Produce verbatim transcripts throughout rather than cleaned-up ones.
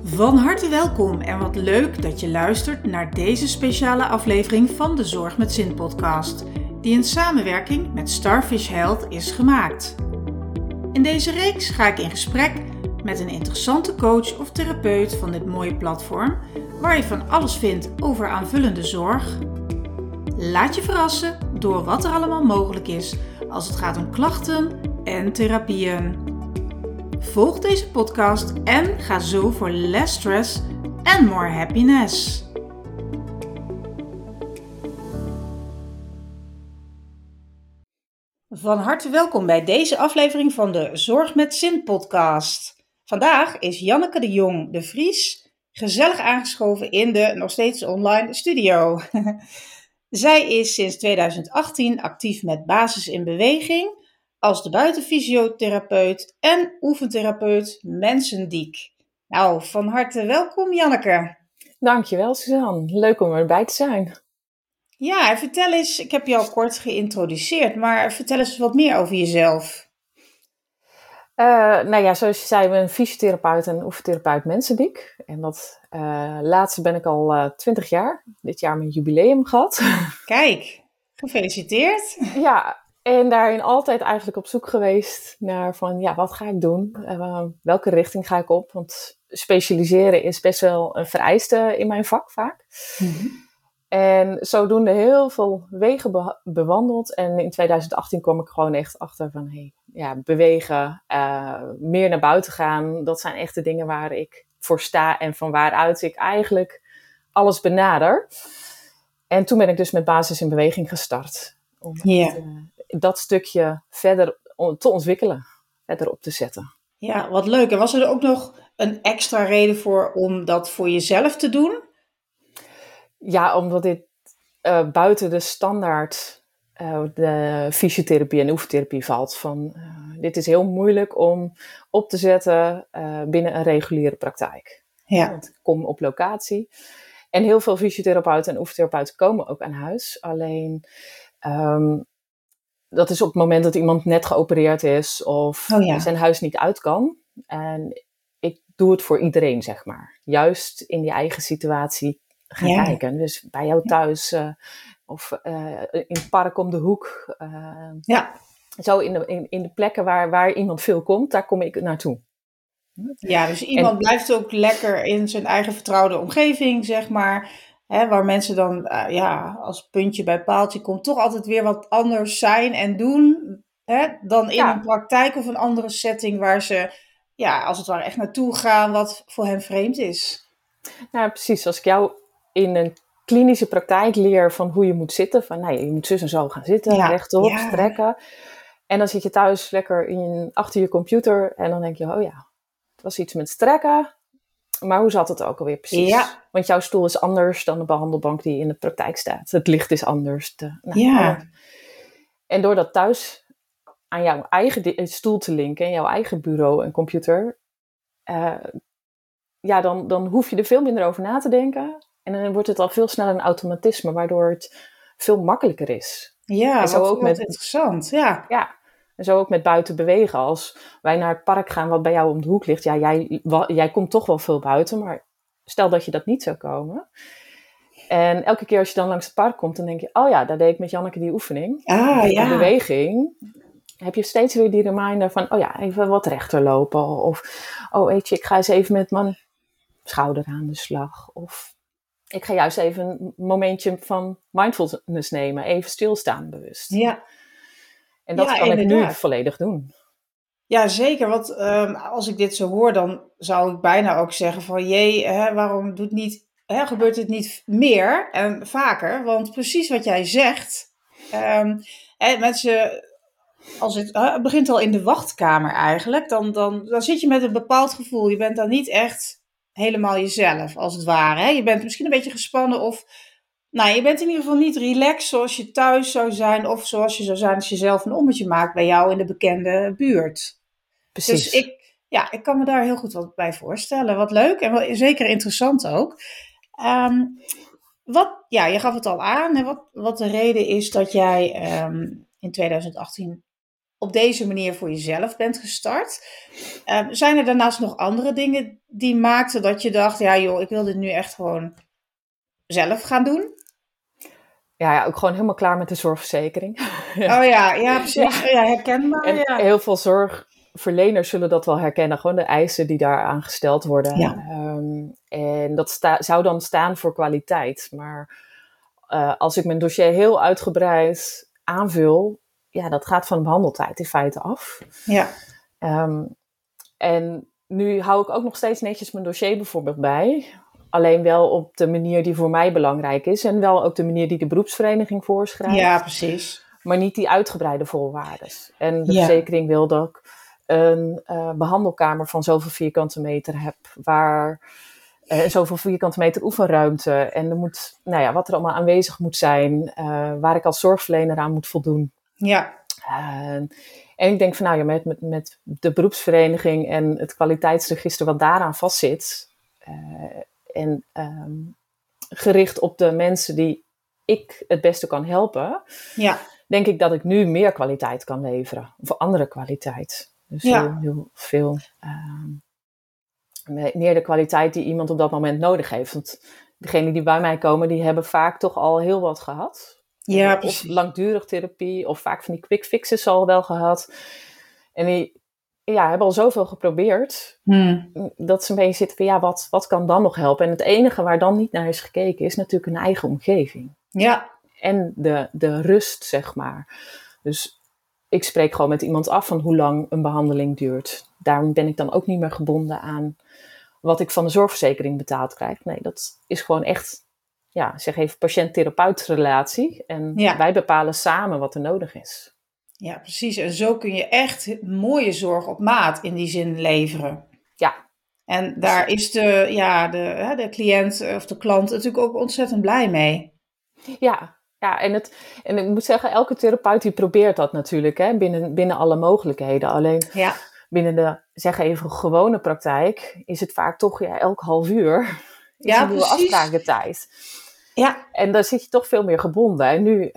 Van harte welkom en wat leuk dat je luistert naar deze speciale aflevering van de Zorg met Zin podcast, die in samenwerking met Starfish Health is gemaakt. In deze reeks ga ik in gesprek met een interessante coach of therapeut van dit mooie platform, waar je van alles vindt over aanvullende zorg. Laat je verrassen door wat er allemaal mogelijk is als het gaat om klachten en therapieën. Volg deze podcast en ga zo voor less stress en more happiness. Van harte welkom bij deze aflevering van de Zorg met Zin podcast. Vandaag is Janneke de Jong de Vries gezellig aangeschoven in de nog steeds online studio. Zij is sinds tweeduizend achttien actief met Basis in Beweging als de buitenfysiotherapeut en oefentherapeut Mensendiek. Nou, van harte welkom Janneke. Dankjewel Suzanne, leuk om erbij te zijn. Ja, vertel eens, ik heb je al kort geïntroduceerd, maar vertel eens wat meer over jezelf. Uh, nou ja, zoals je zei, ik ben een fysiotherapeut en oefentherapeut Mensendiek. En dat uh, laatste ben ik al uh, twintig jaar, dit jaar mijn jubileum gehad. Kijk, gefeliciteerd. Ja, en daarin altijd eigenlijk op zoek geweest naar van, ja, wat ga ik doen? Uh, welke richting ga ik op? Want specialiseren is best wel een vereiste in mijn vak vaak. Mm-hmm. En zodoende heel veel wegen be- bewandeld. En in tweeduizend achttien kwam ik gewoon echt achter van, hey, ja, bewegen, uh, meer naar buiten gaan. Dat zijn echt de dingen waar ik voor sta en van waaruit ik eigenlijk alles benader. En toen ben ik dus met Basis in Beweging gestart. Om yeah. het, uh, dat stukje verder te ontwikkelen, verder op te zetten. Ja, wat leuk. En was er ook nog een extra reden voor om dat voor jezelf te doen? Ja, omdat dit uh, buiten de standaard uh, de fysiotherapie en oefentherapie valt. Van, uh, dit is heel moeilijk om op te zetten uh, binnen een reguliere praktijk. Ja. Want ik kom op locatie. En heel veel fysiotherapeuten en oefentherapeuten komen ook aan huis. Alleen, um, dat is op het moment dat iemand net geopereerd is of oh ja. zijn huis niet uit kan. En ik doe het voor iedereen, zeg maar. Juist in die eigen situatie gaan ja. kijken. Dus bij jou thuis uh, of uh, in het park om de hoek. Uh, ja. Zo in de, in, in de plekken waar, waar iemand veel komt, daar kom ik naartoe. Ja, dus iemand en, blijft ook lekker in zijn eigen vertrouwde omgeving, zeg maar. Hè, waar mensen dan, uh, ja, als puntje bij paaltje komt, toch altijd weer wat anders zijn en doen. Hè, dan in ja. een praktijk of een andere setting waar ze, ja, als het ware echt naartoe gaan, wat voor hen vreemd is. Nou, precies. Als ik jou in een klinische praktijk leer van hoe je moet zitten. Van, nou, je moet zus en zo gaan zitten, ja, rechtop, ja. strekken. En dan zit je thuis lekker in, achter je computer. En dan denk je, oh ja, het was iets met strekken. Maar hoe zat het ook alweer precies? Ja. Want jouw stoel is anders dan de behandelbank die in de praktijk staat. Het licht is anders. De, nou, ja. En door dat thuis aan jouw eigen stoel te linken. En jouw eigen bureau en computer. Uh, ja, dan, dan hoef je er veel minder over na te denken. En dan wordt het al veel sneller een automatisme, waardoor het veel makkelijker is. Ja, en zo wat, ook met, wat interessant. Ja. ja, en zo ook met buiten bewegen. Als wij naar het park gaan wat bij jou om de hoek ligt. Ja, jij, wa, jij komt toch wel veel buiten, maar stel dat je dat niet zou komen. En elke keer als je dan langs het park komt, dan denk je, oh ja, daar deed ik met Janneke die oefening. Ah, die ja. beweging. Heb je steeds weer die reminder van, oh ja, even wat rechter lopen. Of, oh weet je, ik ga eens even met mijn schouder aan de slag. Of ik ga juist even een momentje van mindfulness nemen. Even stilstaan bewust. Ja. En dat ja, kan inderdaad. ik nu volledig doen. Ja, zeker. Want um, als ik dit zo hoor, dan zou ik bijna ook zeggen van... jee, hè, waarom doet niet, hè, gebeurt het niet meer en vaker? Want precies wat jij zegt... Um, hè, mensen... Als het, uh, het begint al in de wachtkamer eigenlijk, dan, dan, dan zit je met een bepaald gevoel. Je bent dan niet echt helemaal jezelf, als het ware. Hè? Je bent misschien een beetje gespannen of... Nou, je bent in ieder geval niet relaxed zoals je thuis zou zijn... of zoals je zou zijn als je zelf een ommetje maakt bij jou in de bekende buurt. Precies. Dus ik, ja, ik kan me daar heel goed wat bij voorstellen. Wat leuk en wel, zeker interessant ook. Um, wat, ja, je gaf het al aan, hè, wat, wat de reden is dat jij um, in tweeduizend achttien... op deze manier voor jezelf bent gestart. Uh, zijn er daarnaast nog andere dingen die maakten dat je dacht, ja joh, ik wil dit nu echt gewoon zelf gaan doen? Ja, ja, ook gewoon helemaal klaar met de zorgverzekering. Oh ja, ja precies. Ja. Ja, herkenbaar. En ja. heel veel zorgverleners zullen dat wel herkennen. Gewoon de eisen die daaraan gesteld worden. Ja. Um, en dat sta- zou dan staan voor kwaliteit. Maar uh, als ik mijn dossier heel uitgebreid aanvul, ja, dat gaat van de behandeltijd in feite af. Ja. Um, en nu hou ik ook nog steeds netjes mijn dossier bijvoorbeeld bij. Alleen wel op de manier die voor mij belangrijk is. En wel ook de manier die de beroepsvereniging voorschrijft. Ja, precies. Maar niet die uitgebreide voorwaarden. En de Ja. verzekering wil dat ik een uh, behandelkamer van zoveel vierkante meter heb. Waar uh, zoveel vierkante meter oefenruimte. En er moet, nou ja, wat er allemaal aanwezig moet zijn. Uh, waar ik als zorgverlener aan moet voldoen. Ja. Uh, en ik denk van nou ja, met, met, met de beroepsvereniging en het kwaliteitsregister wat daaraan vastzit. Uh, en um, gericht op de mensen die ik het beste kan helpen. Ja. Denk ik dat ik nu meer kwaliteit kan leveren. Of andere kwaliteit. Dus Ja. heel, heel veel. Uh, meer de kwaliteit die iemand op dat moment nodig heeft. Want degenen die bij mij komen, die hebben vaak toch al heel wat gehad. Ja, of precies. langdurig therapie. Of vaak van die quick fixes al wel gehad. En die ja, hebben al zoveel geprobeerd. Hmm. Dat ze een beetje zitten van ja, wat, wat kan dan nog helpen? En het enige waar dan niet naar is gekeken is natuurlijk een eigen omgeving. Ja. En de, de rust, zeg maar. Dus ik spreek gewoon met iemand af van hoe lang een behandeling duurt. Daarom ben ik dan ook niet meer gebonden aan wat ik van de zorgverzekering betaald krijg. Nee, dat is gewoon echt, ja, zeg even patiënt-therapeut-relatie. En Ja. wij bepalen samen wat er nodig is. Ja, precies. En zo kun je echt mooie zorg op maat in die zin leveren. Ja. En daar is de, ja, de, de cliënt of de klant natuurlijk ook ontzettend blij mee. Ja, ja en, het, en ik moet zeggen, elke therapeut die probeert dat natuurlijk, hè, binnen, binnen alle mogelijkheden. Alleen Ja. binnen de, zeg even, gewone praktijk is het vaak toch ja, elk half uur is Ja, een nieuwe precies. afspraakentijd. Ja. En dan zit je toch veel meer gebonden. En nu,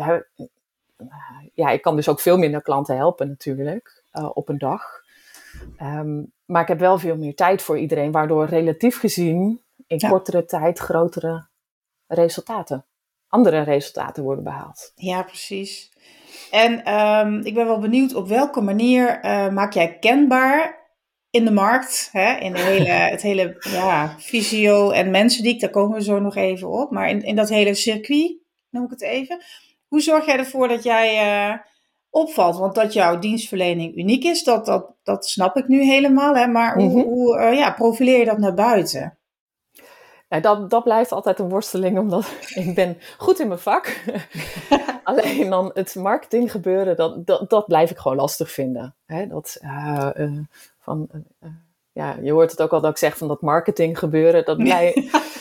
ja, ik kan dus ook veel minder klanten helpen natuurlijk, uh, op een dag. Um, maar ik heb wel veel meer tijd voor iedereen, waardoor relatief gezien in Ja. kortere tijd grotere resultaten, andere resultaten worden behaald. Ja, precies. En um, ik ben wel benieuwd op welke manier uh, maak jij kenbaar in de markt, hè? In de hele, het hele ja, fysio en mensendiek, daar komen we zo nog even op. Maar in, in dat hele circuit, noem ik het even. Hoe zorg jij ervoor dat jij uh, opvalt? Want dat jouw dienstverlening uniek is, dat, dat, dat snap ik nu helemaal. Hè? Maar hoe, Mm-hmm. hoe uh, ja, profileer je dat naar buiten? Ja, dat, dat blijft altijd een worsteling, omdat ik ben goed in mijn vak. Alleen dan het marketing gebeuren, dat, dat, dat blijf ik gewoon lastig vinden. Hè? Dat, uh, uh, van, uh, ja, je hoort het ook al dat ik zeg van dat marketing gebeuren. Dat blij...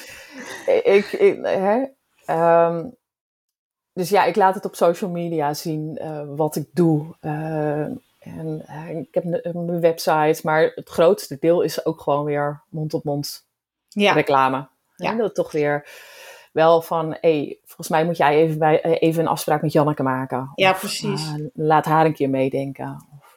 ik, ik, hè? Um, dus ja, ik laat het op social media zien uh, wat ik doe. Uh, en, uh, ik heb mijn website, maar het grootste deel is ook gewoon weer mond-op-mond ja. reclame. Ja. En dat toch weer wel van, hey, volgens mij moet jij even, bij, even een afspraak met Janneke maken. Ja, of, precies. Uh, laat haar een keer meedenken. Of,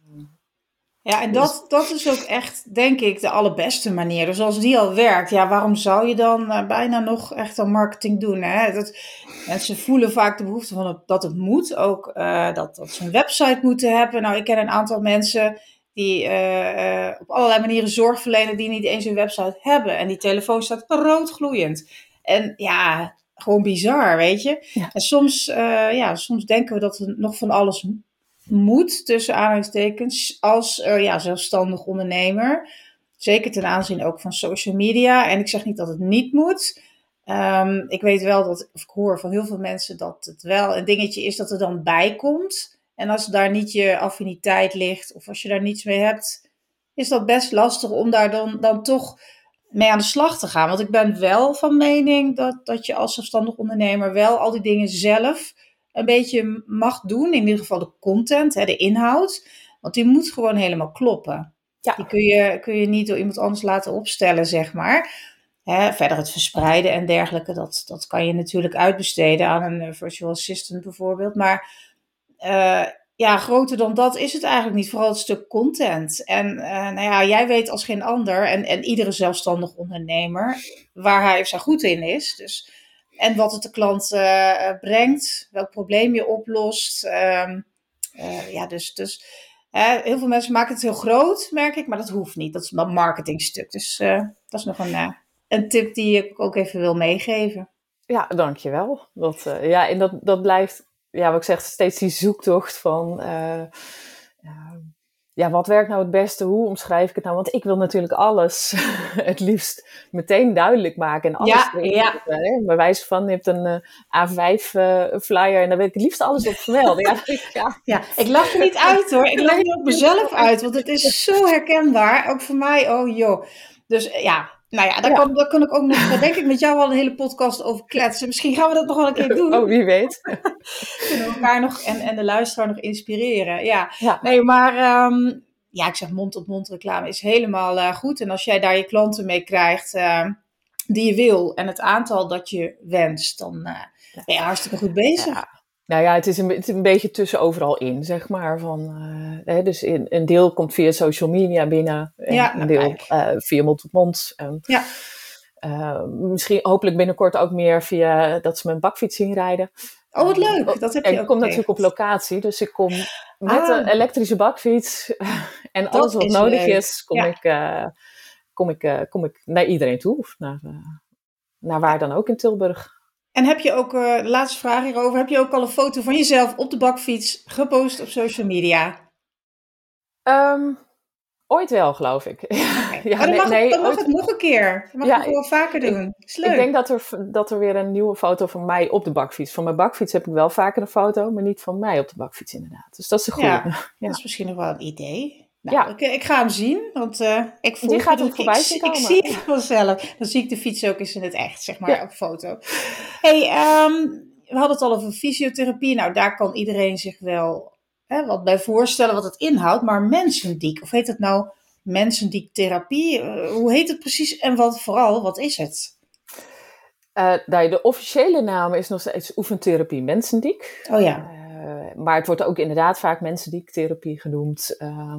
ja, en dat, dat is ook echt, denk ik, de allerbeste manier. Dus als die al werkt, ja, waarom zou je dan uh, bijna nog echt aan marketing doen? Hè? Dat, mensen voelen vaak de behoefte van het, dat het moet. Ook uh, dat, dat ze een website moeten hebben. Nou, ik ken een aantal mensen die uh, uh, op allerlei manieren zorg verlenen die niet eens een website hebben. En die telefoon staat roodgloeiend. En ja, gewoon bizar, weet je. Ja. En soms, uh, ja, soms denken we dat er nog van alles moet, tussen aanhalingstekens, als uh, ja, zelfstandig ondernemer. Zeker ten aanzien ook van social media. En ik zeg niet dat het niet moet. Um, ik weet wel dat, of ik hoor van heel veel mensen dat het wel een dingetje is dat er dan bij komt. En als daar niet je affiniteit ligt, of als je daar niets mee hebt, is dat best lastig om daar dan, dan toch mee aan de slag te gaan. Want ik ben wel van mening dat, dat je als zelfstandig ondernemer wel al die dingen zelf een beetje mag doen. In ieder geval de content, hè, de inhoud. Want die moet gewoon helemaal kloppen. Ja. Die kun je, kun je niet door iemand anders laten opstellen, zeg maar. Hè, verder het verspreiden en dergelijke, dat, dat kan je natuurlijk uitbesteden aan een virtual assistant bijvoorbeeld. Maar uh, ja, groter dan dat is het eigenlijk niet. Vooral het stuk content. En uh, nou ja, jij weet als geen ander en, en iedere zelfstandig ondernemer waar hij of zij goed in is. Dus, en wat het de klant uh, brengt, welk probleem je oplost. Um, uh, ja, dus, dus uh, heel veel mensen maken het heel groot, merk ik, maar dat hoeft niet. Dat is een marketingstuk. Dus uh, dat is nog een, uh, een tip die ik ook even wil meegeven. Ja, dankjewel. Dat, uh, ja, en dat, dat blijft, ja, wat ik zeg, steeds die zoektocht van, uh, uh, ja, wat werkt nou het beste? Hoe omschrijf ik het nou? Want ik wil natuurlijk alles het liefst meteen duidelijk maken en alles ja, erin. Ja. Hè? Bij wijze van, je hebt een uh, A vijf uh, flyer en daar wil ik het liefst alles op vermelden. Ja, ik, ja. ja, ik lach er niet uit hoor. Ik lach er op mezelf uit, want het is zo herkenbaar. Ook voor mij, oh joh. Dus ja, nou ja, daar, ja. Kan, daar kan ik ook nog, daar denk ik met jou wel een hele podcast over kletsen. Misschien gaan we dat nog wel een keer doen. Oh, wie weet. Kunnen we elkaar nog en, en de luisteraar nog inspireren. Ja, ja. Nee, maar um, ja, ik zeg mond-tot-mond reclame is helemaal uh, goed. En als jij daar je klanten mee krijgt uh, die je wil en het aantal dat je wenst, dan uh, ben je hartstikke goed bezig. Ja. Nou ja, het is, een, het is een beetje tussen overal in, zeg maar. Van, uh, hè, dus in, een deel komt via social media binnen. En ja, een deel uh, via mond-tot-mond. Um, ja. uh, misschien hopelijk binnenkort ook meer via dat ze mijn bakfiets zien rijden. Oh, wat leuk. Dat heb je en ook ik kom natuurlijk op locatie. Dus ik kom met ah, een elektrische bakfiets. En alles wat nodig leuk. is, kom, ja. ik, uh, kom, ik, uh, kom ik naar iedereen toe. Naar, uh, naar waar dan ook in Tilburg. En heb je ook, uh, de laatste vraag hierover, heb je ook al een foto van jezelf op de bakfiets gepost op social media? Um, ooit wel, geloof ik. Okay. ja, dan mag, nee, dan mag ooit... het nog een keer. Dat mag ja, ik wel vaker doen. Is leuk. Ik denk dat er, dat er weer een nieuwe foto van mij op de bakfiets. Van mijn bakfiets heb ik wel vaker een foto, maar niet van mij op de bakfiets inderdaad. Dus dat is een goede. Ja, ja. Dat is misschien nog wel een idee. Nou, ja. ik, ik ga hem zien, want uh, ik voel die gaat hem voorbij zien komen. Ik zie het vanzelf. Dan zie ik de fiets ook eens in het echt, zeg maar, ja. op foto. Hey, um, we hadden het al over fysiotherapie. Nou, daar kan iedereen zich wel hè, wat bij voorstellen wat het inhoudt. Maar mensendiek, of heet het nou mensendiektherapie? Uh, hoe heet het precies en wat vooral, wat is het? Uh, nou, de officiële naam is nog steeds oefentherapie mensendiek. Oh ja. Uh, maar het wordt ook inderdaad vaak mensendiektherapie genoemd. Uh,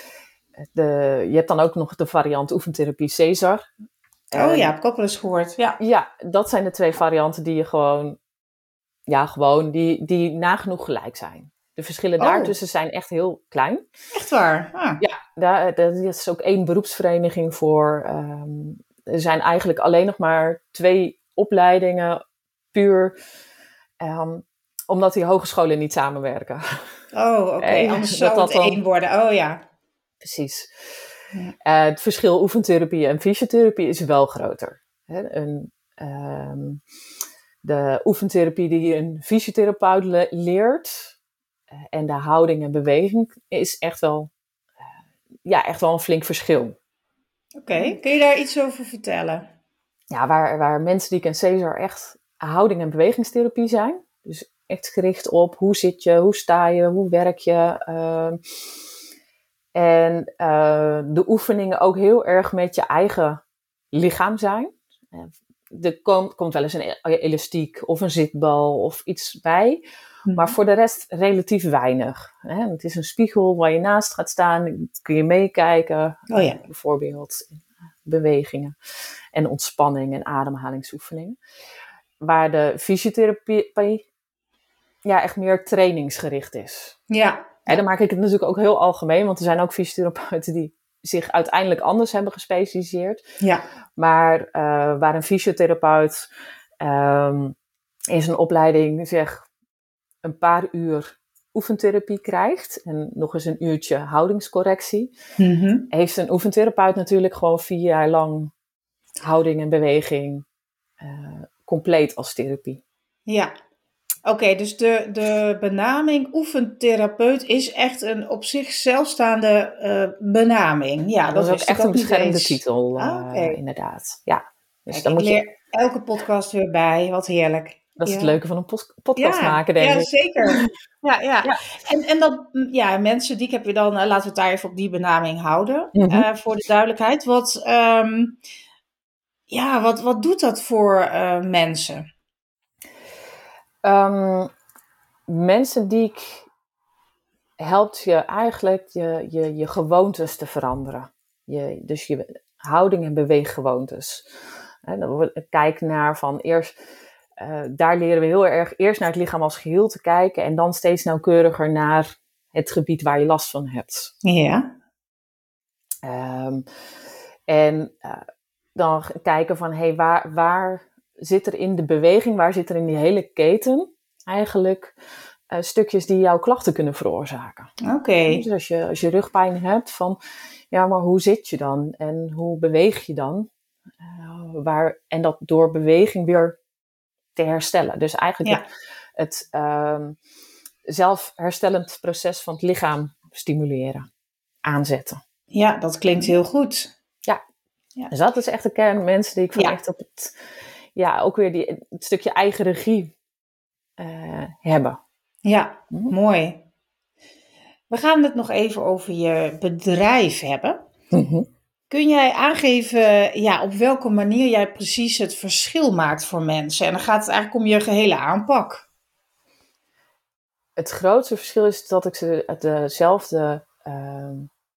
de, je hebt dan ook nog de variant oefentherapie Cesar. Oh ja, heb ik ook wel eens gehoord. Ja, ja, dat zijn de twee varianten die je gewoon, ja, gewoon, die, die nagenoeg gelijk zijn. De verschillen oh. daartussen zijn echt heel klein. Echt waar? Ah. Ja, daar, daar is ook één beroepsvereniging voor. Um, er zijn eigenlijk alleen nog maar twee opleidingen, puur um, omdat die hogescholen niet samenwerken. Oh, oké. Okay. Anders zou dat het dan één worden. Oh ja. Precies. Ja. Uh, het verschil oefentherapie en fysiotherapie is wel groter. Hè? Een, um, de oefentherapie die een fysiotherapeut le- leert uh, en de houding en beweging is echt wel, uh, ja, echt wel een flink verschil. Oké, okay. Kun je daar iets over vertellen? Ja, waar, waar Mensendieck en Cesar echt houding- en bewegingstherapie zijn. Dus echt gericht op hoe zit je, hoe sta je, hoe werk je. Uh, en uh, de oefeningen ook heel erg met je eigen lichaam zijn. Uh, er komt, komt wel eens een elastiek of een zitbal of iets bij. Mm-hmm. Maar voor de rest relatief weinig. Hè? Het is een spiegel waar je naast gaat staan. Kun je meekijken. Oh ja. Bijvoorbeeld bewegingen en ontspanning en ademhalingsoefeningen. Waar de fysiotherapie ja, echt meer trainingsgericht is. Ja. En dan maak ik het natuurlijk ook heel algemeen, want er zijn ook fysiotherapeuten die zich uiteindelijk anders hebben gespecialiseerd. Ja. Maar uh, waar een fysiotherapeut um, in zijn opleiding zeg een paar uur oefentherapie krijgt en nog eens een uurtje houdingscorrectie, mm-hmm. heeft een oefentherapeut natuurlijk gewoon vier jaar lang houding en beweging uh, compleet als therapie. Ja. Oké, okay, dus de, de benaming oefentherapeut is echt een op zichzelf staande uh, benaming. Ja, dat, dat is ook is echt een beschermde eens. titel, uh, ah, okay. inderdaad. Ja, dus Kijk, dan ik moet leer je... elke podcast weer bij, wat heerlijk. Dat is ja. het leuke van een post- podcast ja, maken, denk ja, ik. Zeker. ja, ja. ja. En, en dat, ja, mensen, die heb je dan, uh, laten we het daar even op die benaming houden, mm-hmm. uh, voor de duidelijkheid. Wat, um, ja, wat, wat doet dat voor uh, mensen? Um, Mensendieck helpt je eigenlijk je, je, je gewoontes te veranderen. Je, dus je houding en beweeggewoontes. En dan wordt- kijk naar van eerst, uh, daar leren we heel erg eerst naar het lichaam als geheel te kijken en dan steeds nauwkeuriger naar het gebied waar je last van hebt. Ja. Um, en uh, dan kijken van, hey, waar, waar zit er in de beweging, waar zit er in die hele keten eigenlijk uh, stukjes die jouw klachten kunnen veroorzaken. Oké. Okay. Dus als je, als je rugpijn hebt, van, ja, maar hoe zit je dan? En hoe beweeg je dan? Uh, waar, en dat door beweging weer te herstellen. Dus eigenlijk ja. het, het um, zelfherstellend proces van het lichaam stimuleren, aanzetten. Ja, dat klinkt heel goed. Ja, ja. Dus dat is echt de kern mensen die ik van ja. echt op het, ja, ook weer die, het stukje eigen regie uh, hebben. Ja, hm? Mooi. We gaan het nog even over je bedrijf hebben. Mm-hmm. Kun jij aangeven ja, op welke manier jij precies het verschil maakt voor mensen? En dan gaat het eigenlijk om je gehele aanpak. Het grootste verschil is dat ik ze dezelfde, uh,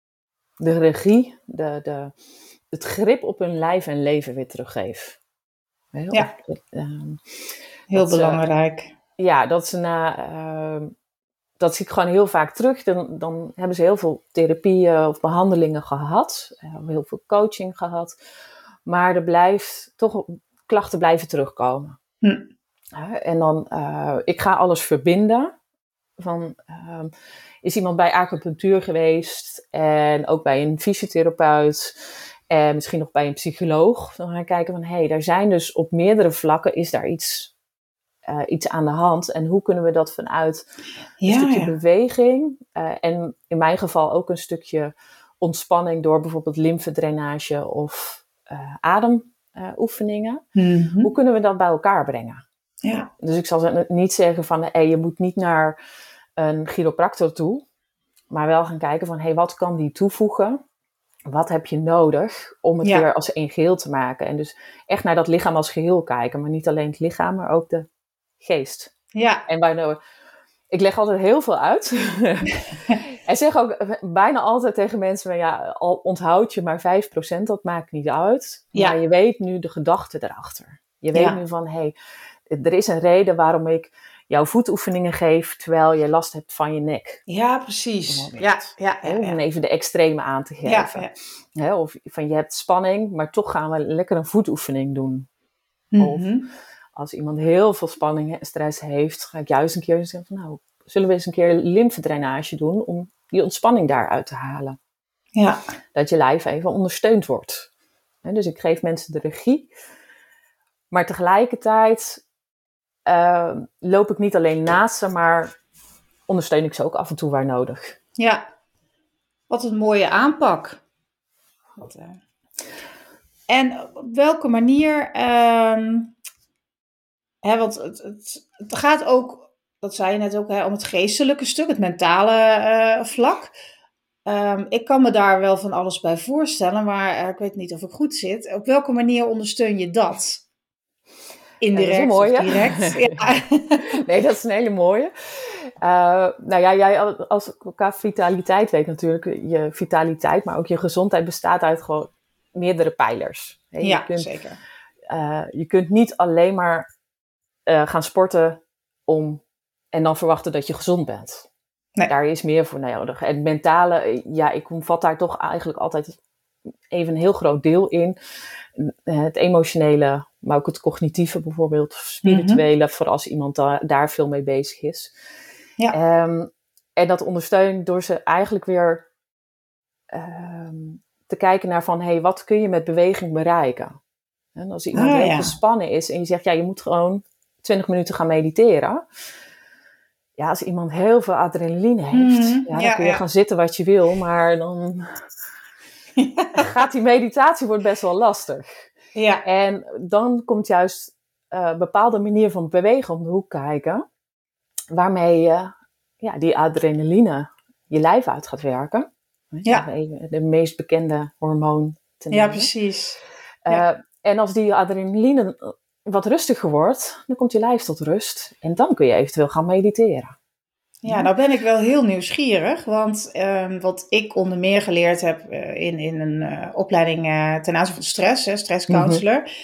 de regie, de, de, het grip op hun lijf en leven weer teruggeef. Heel, ja, of, uh, heel belangrijk. Ze, ja, dat ze na... Uh, dat zie ik gewoon heel vaak terug. Dan, dan hebben ze heel veel therapieën of behandelingen gehad. Heel veel coaching gehad. Maar er blijft toch klachten blijven terugkomen. Hm. En dan, uh, ik ga alles verbinden. Van, uh, is iemand bij acupunctuur geweest en ook bij een fysiotherapeut en misschien nog bij een psycholoog. Dan gaan we kijken van, hé, hey, daar zijn dus op meerdere vlakken, is daar iets... Uh, iets aan de hand en hoe kunnen we dat vanuit een ja, stukje ja. beweging uh, en in mijn geval ook een stukje ontspanning door bijvoorbeeld lymfedrainage of uh, ademoefeningen. Uh, mm-hmm. Hoe kunnen we dat bij elkaar brengen? Ja. Dus ik zal niet zeggen van hey, je moet niet naar een chiropractor toe, maar wel gaan kijken van hey, wat kan die toevoegen? Wat heb je nodig om het ja. weer als één geheel te maken? En dus echt naar dat lichaam als geheel kijken, maar niet alleen het lichaam, maar ook de geest. Ja. En bijna, ik leg altijd heel veel uit. En zeg ook bijna altijd tegen mensen, ja, al onthoud je maar vijf procent, dat maakt niet uit. Ja. Maar je weet nu de gedachte erachter. Je weet ja. nu van, hé, hey, er is een reden waarom ik jouw voetoefeningen geef, terwijl je last hebt van je nek. Ja, precies. Ja, ja, ja, ja. Om even de extreme aan te geven. Ja, ja. He, of van, je hebt spanning, maar toch gaan we lekker een voetoefening doen. Mm-hmm. Of als iemand heel veel spanning en stress heeft, ga ik juist een keer zeggen van nou, zullen we eens een keer lymfedrainage doen om die ontspanning daaruit te halen. Ja. Dat je lijf even ondersteund wordt. He, dus ik geef mensen de regie, maar tegelijkertijd uh, loop ik niet alleen naast ze, maar ondersteun ik ze ook af en toe waar nodig. Ja, wat een mooie aanpak. Wat, uh... En op welke manier... Um... Hè, want het, het, het gaat ook, dat zei je net ook, hè, om het geestelijke stuk, het mentale uh, vlak. Um, ik kan me daar wel van alles bij voorstellen, maar uh, ik weet niet of ik goed zit. Op welke manier ondersteun je dat? Indirect ja, dat of direct? Ja. Nee, dat is een hele mooie. Uh, nou ja, jij als qua vitaliteit weet natuurlijk, je vitaliteit, maar ook je gezondheid bestaat uit gewoon meerdere pijlers. He, ja, je kunt, zeker. Uh, je kunt niet alleen maar Uh, gaan sporten om en dan verwachten dat je gezond bent. Nee. Daar is meer voor nodig. En het mentale, ja, ik omvat daar toch eigenlijk altijd even een heel groot deel in. Het emotionele, maar ook het cognitieve bijvoorbeeld. Spirituele, mm-hmm. voor als iemand da- daar veel mee bezig is. Ja. Um, en dat ondersteunt door ze eigenlijk weer um, te kijken naar van, hey, wat kun je met beweging bereiken? En als iemand ah, heel ja. gespannen is en je zegt, ja, je moet gewoon twintig minuten gaan mediteren. Ja, als iemand heel veel adrenaline heeft, mm, ja, dan ja, kun je ja. gaan zitten wat je wil, maar dan ja. gaat die meditatie wordt best wel lastig. Ja. En dan komt juist een uh, bepaalde manier van bewegen om de hoek kijken, waarmee je ja, die adrenaline je lijf uit gaat werken. Ja. De meest bekende hormoon te nemen. Ja, precies. Uh, ja. En als die adrenaline wat rustiger wordt, dan komt je lijf tot rust. En dan kun je eventueel gaan mediteren. Ja, nou ben ik wel heel nieuwsgierig, want um, wat ik onder meer geleerd heb uh, in, in een uh, opleiding uh, ten aanzien van stress, hè, stresscounselor, mm-hmm.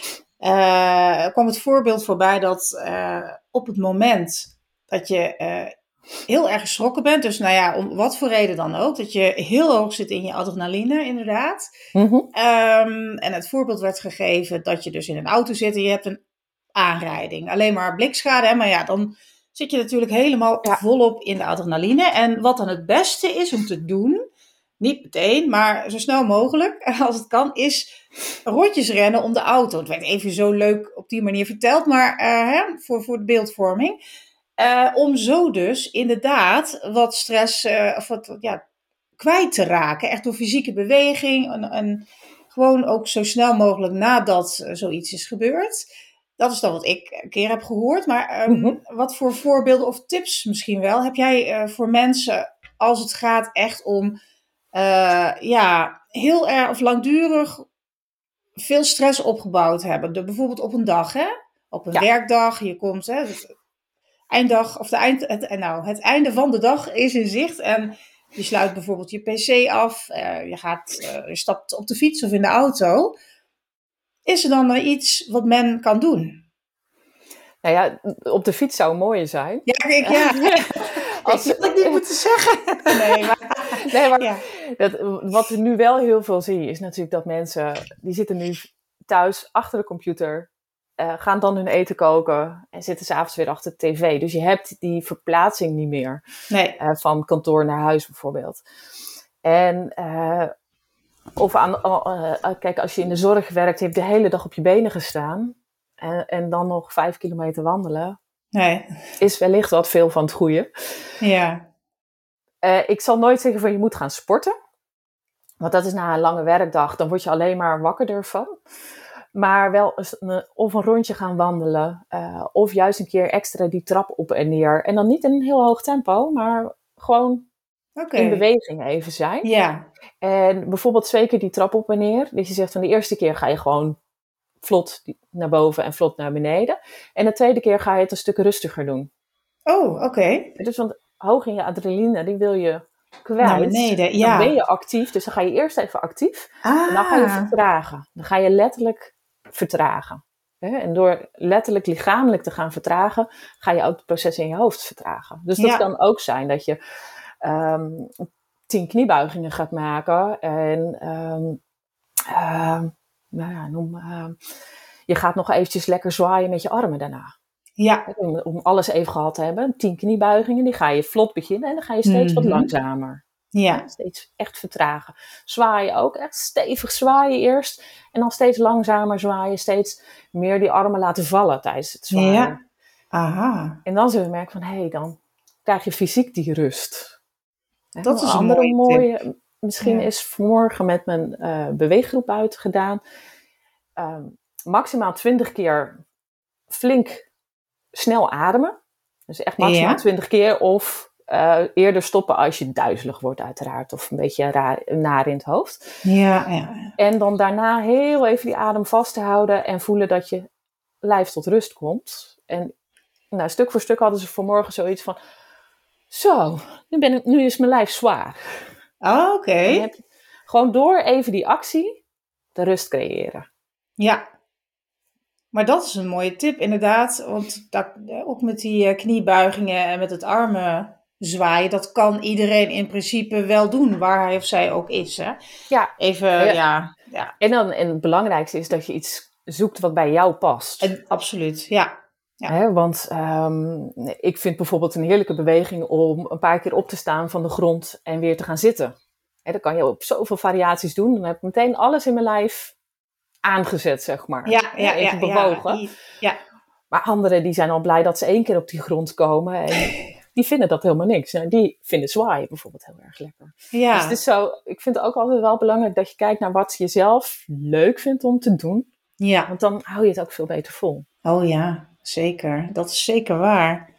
uh, kwam het voorbeeld voorbij dat uh, op het moment dat je uh, heel erg geschrokken bent, dus nou ja, om wat voor reden dan ook, dat je heel hoog zit in je adrenaline inderdaad. Mm-hmm. Um, en het voorbeeld werd gegeven dat je dus in een auto zit en je hebt een aanrijding, alleen maar blikschade, hè, maar ja, dan zit je natuurlijk helemaal ja. volop in de adrenaline. En wat dan het beste is om te doen, niet meteen, maar zo snel mogelijk, als het kan, is rondjes rennen om de auto. Het werd even zo leuk op die manier verteld, maar uh, hè, voor, voor de beeldvorming. Uh, om zo dus inderdaad wat stress uh, of wat, ja, kwijt te raken. Echt door fysieke beweging. En, en gewoon ook zo snel mogelijk nadat uh, zoiets is gebeurd. Dat is dan wat ik een keer heb gehoord. Maar um, mm-hmm. wat voor voorbeelden of tips misschien wel heb jij uh, voor mensen als het gaat echt om uh, ja, heel erg of langdurig veel stress opgebouwd hebben? De, bijvoorbeeld op een dag, hè? Op een ja. werkdag. Je komt, hè, het einddag of de eind, het, nou, het einde van de dag is in zicht en je sluit bijvoorbeeld je pc af. Uh, je gaat, uh, je stapt op de fiets of in de auto. Is er dan iets wat men kan doen? Nou ja, op de fiets zou mooier zijn. Ja, ik, ja. Als ik had niet moeten zeggen. Nee, maar, nee, maar ja. dat, wat we nu wel heel veel zien is natuurlijk dat mensen, die zitten nu thuis achter de computer, uh, gaan dan hun eten koken en zitten 's avonds weer achter de tv. Dus je hebt die verplaatsing niet meer. Nee. Uh, van kantoor naar huis bijvoorbeeld. En uh, Of aan, uh, kijk, als je in de zorg werkt, je hebt de hele dag op je benen gestaan. En, en dan nog vijf kilometer wandelen. Nee. Is wellicht wat veel van het goede. Ja. Uh, ik zal nooit zeggen van je moet gaan sporten. Want dat is na een lange werkdag, dan word je alleen maar wakkerder van. Maar wel een, of een rondje gaan wandelen. Uh, of juist een keer extra die trap op en neer. En dan niet in een heel hoog tempo, maar gewoon okay. in beweging even zijn. Ja. En bijvoorbeeld twee keer die trap op en neer. Dus je zegt van de eerste keer ga je gewoon vlot naar boven en vlot naar beneden. En de tweede keer ga je het een stuk rustiger doen. Oh, oké. Okay. Dus want hoog in je adrenaline, die wil je kwijt. Naar beneden, ja. Dan ben je actief, dus dan ga je eerst even actief. Ah. En dan ga je vertragen. Dan ga je letterlijk vertragen. En door letterlijk lichamelijk te gaan vertragen, ga je ook het proces in je hoofd vertragen. Dus dat ja. kan ook zijn dat je um, tien kniebuigingen gaat maken. En um, uh, nou ja, noem, uh, je gaat nog eventjes lekker zwaaien met je armen daarna. Ja. Om, om alles even gehad te hebben. Tien kniebuigingen, die ga je vlot beginnen en dan ga je steeds mm-hmm. wat langzamer. Ja. Steeds echt vertragen. Zwaaien ook, echt stevig zwaaien eerst. En dan steeds langzamer zwaaien, steeds meer die armen laten vallen tijdens het zwaaien. Ja. Aha. En dan zul je merken van, hé, hey, dan krijg je fysiek die rust. Dat is een andere mooie, mooie misschien ja. is vanmorgen met mijn uh, beweeggroep uitgedaan. Um, maximaal twintig keer flink snel ademen. Dus echt maximaal twintig ja. keer of uh, eerder stoppen als je duizelig wordt uiteraard. Of een beetje raar, naar in het hoofd. Ja, ja. En dan daarna heel even die adem vast te houden en voelen dat je lijf tot rust komt. En nou, stuk voor stuk hadden ze vanmorgen zoiets van, zo, nu, ben ik, nu is mijn lijf zwaar. Oh, oké. Okay. Gewoon door even die actie de rust creëren. Ja. Maar dat is een mooie tip, inderdaad. Want dat, ook met die kniebuigingen en met het armen zwaaien, dat kan iedereen in principe wel doen, waar hij of zij ook is. Hè? Ja. Even, ja. ja, ja. En, dan, en het belangrijkste is dat je iets zoekt wat bij jou past. En, absoluut, ja. Ja. Hè, want um, ik vind bijvoorbeeld een heerlijke beweging om een paar keer op te staan van de grond en weer te gaan zitten. Hè, dat kan je op zoveel variaties doen. Dan heb ik meteen alles in mijn lijf aangezet, zeg maar. Ja, ja, even ja, bewogen. Ja, ja. Maar anderen die zijn al blij dat ze één keer op die grond komen. En die vinden dat helemaal niks. Nou, die vinden zwaaien bijvoorbeeld heel erg lekker. Ja. Dus het is zo, ik vind het ook altijd wel belangrijk dat je kijkt naar wat je zelf leuk vindt om te doen. Ja. Want dan hou je het ook veel beter vol. Oh ja, zeker. Dat is zeker waar.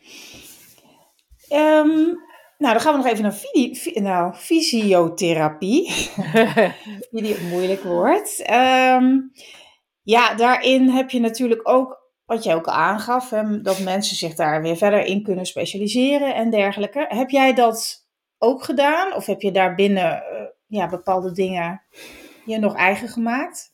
Um, nou, dan gaan we nog even naar fidi- nou, fysiotherapie. Die een moeilijk woord. Um, ja, daarin heb je natuurlijk ook wat jij ook al aangaf, hè, dat mensen zich daar weer verder in kunnen specialiseren en dergelijke. Heb jij dat ook gedaan? Of heb je daar binnen uh, ja, bepaalde dingen je nog eigen gemaakt?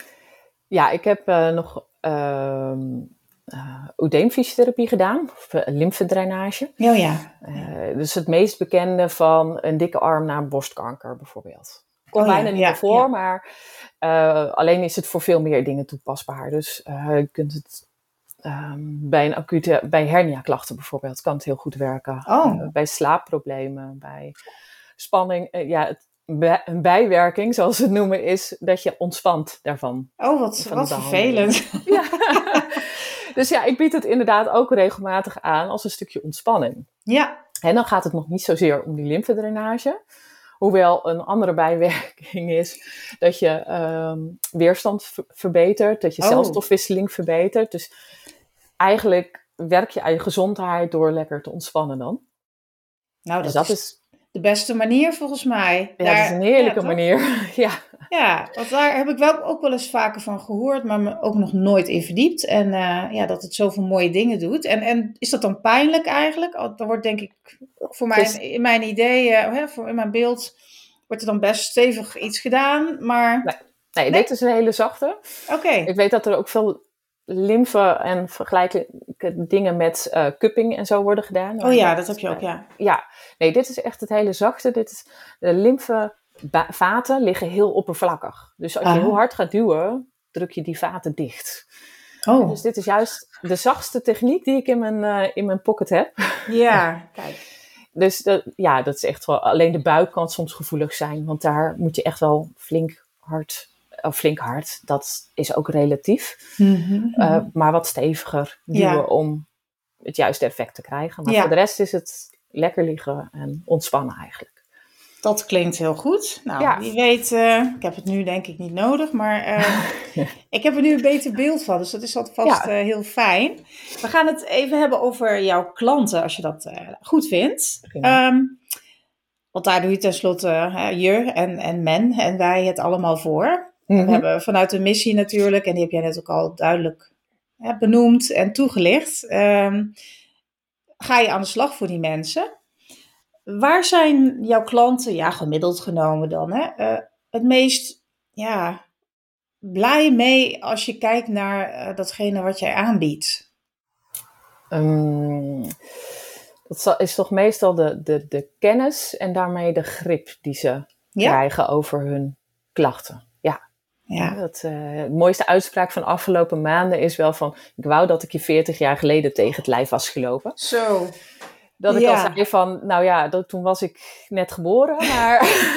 Ja, ik heb uh, nog uh, uh, oedeemfysiotherapie gedaan, of uh, lymfedrainage. Oh ja. Uh, dus het meest bekende van een dikke arm naar borstkanker bijvoorbeeld. Komt oh, bijna ja, niet ja, meer voor, ja. maar uh, alleen is het voor veel meer dingen toepasbaar. Dus uh, je kunt het um, bij een acute, bij hernia-klachten bijvoorbeeld, kan het heel goed werken. Oh. Uh, bij slaapproblemen, bij spanning. Uh, ja, het, een bijwerking, zoals ze het noemen, is dat je ontspant daarvan. Oh, wat, wat vervelend. Ja. Dus ja, ik bied het inderdaad ook regelmatig aan als een stukje ontspanning. Ja. En dan gaat het nog niet zozeer om die lymfedrainage. Hoewel een andere bijwerking is dat je um, weerstand v- verbetert, dat je oh. celstofwisseling verbetert. Dus eigenlijk werk je aan je gezondheid door lekker te ontspannen dan. Nou, dat, dus dat is, is de beste manier volgens mij. Ja, daar, dat is een heerlijke ja, manier. ja. Ja, want daar heb ik wel ook wel eens vaker van gehoord, maar me ook nog nooit in verdiept. En uh, ja, dat het zoveel mooie dingen doet. En, en is dat dan pijnlijk eigenlijk? Dan wordt denk ik, voor mij, dus, in mijn idee, uh, voor, in mijn beeld, wordt er dan best stevig iets gedaan. Maar... Nee, nee, nee? dit is een hele zachte. Oké. Okay. Ik weet dat er ook veel lymfe en vergelijkbare dingen met uh, cupping en zo worden gedaan. Oh ja, dat heb je ook, ja. Uh, ja, nee, dit is echt het hele zachte. Dit is, de lymfevaten liggen heel oppervlakkig. Dus als je Aha. heel hard gaat duwen, druk je die vaten dicht. Oh. Dus dit is juist de zachtste techniek die ik in mijn, uh, in mijn pocket heb. Ja, kijk. Dus dat, ja, dat is echt wel... Alleen de buik kan soms gevoelig zijn, want daar moet je echt wel flink hard... Of flink hard, dat is ook relatief. Mm-hmm. Uh, maar wat steviger duwen ja. om het juiste effect te krijgen. Maar ja. voor de rest is het lekker liggen en ontspannen eigenlijk. Dat klinkt heel goed. Nou, ja. wie weet, uh, ik heb het nu denk ik niet nodig, maar uh, ik heb er nu een beter beeld van. Dus dat is alvast ja. uh, heel fijn. We gaan het even hebben over jouw klanten, als je dat uh, goed vindt. Ja. Um, want daar doe je tenslotte uh, je en, en men en wij het allemaal voor. Mm-hmm. We hebben vanuit de missie natuurlijk, en die heb jij net ook al duidelijk hè, benoemd en toegelicht. Um, ga je aan de slag voor die mensen. Waar zijn jouw klanten, ja gemiddeld genomen dan, hè, uh, het meest ja, blij mee als je kijkt naar uh, datgene wat jij aanbiedt? Um, dat is toch meestal de, de, de kennis en daarmee de grip die ze ja? krijgen over hun klachten. Ja. Ja. Dat, uh, de mooiste uitspraak van de afgelopen maanden is wel van... Ik wou dat ik je veertig jaar geleden tegen het lijf was gelopen. Zo. Dat ik ja. al zei van... Nou ja, dat, toen was ik net geboren, maar...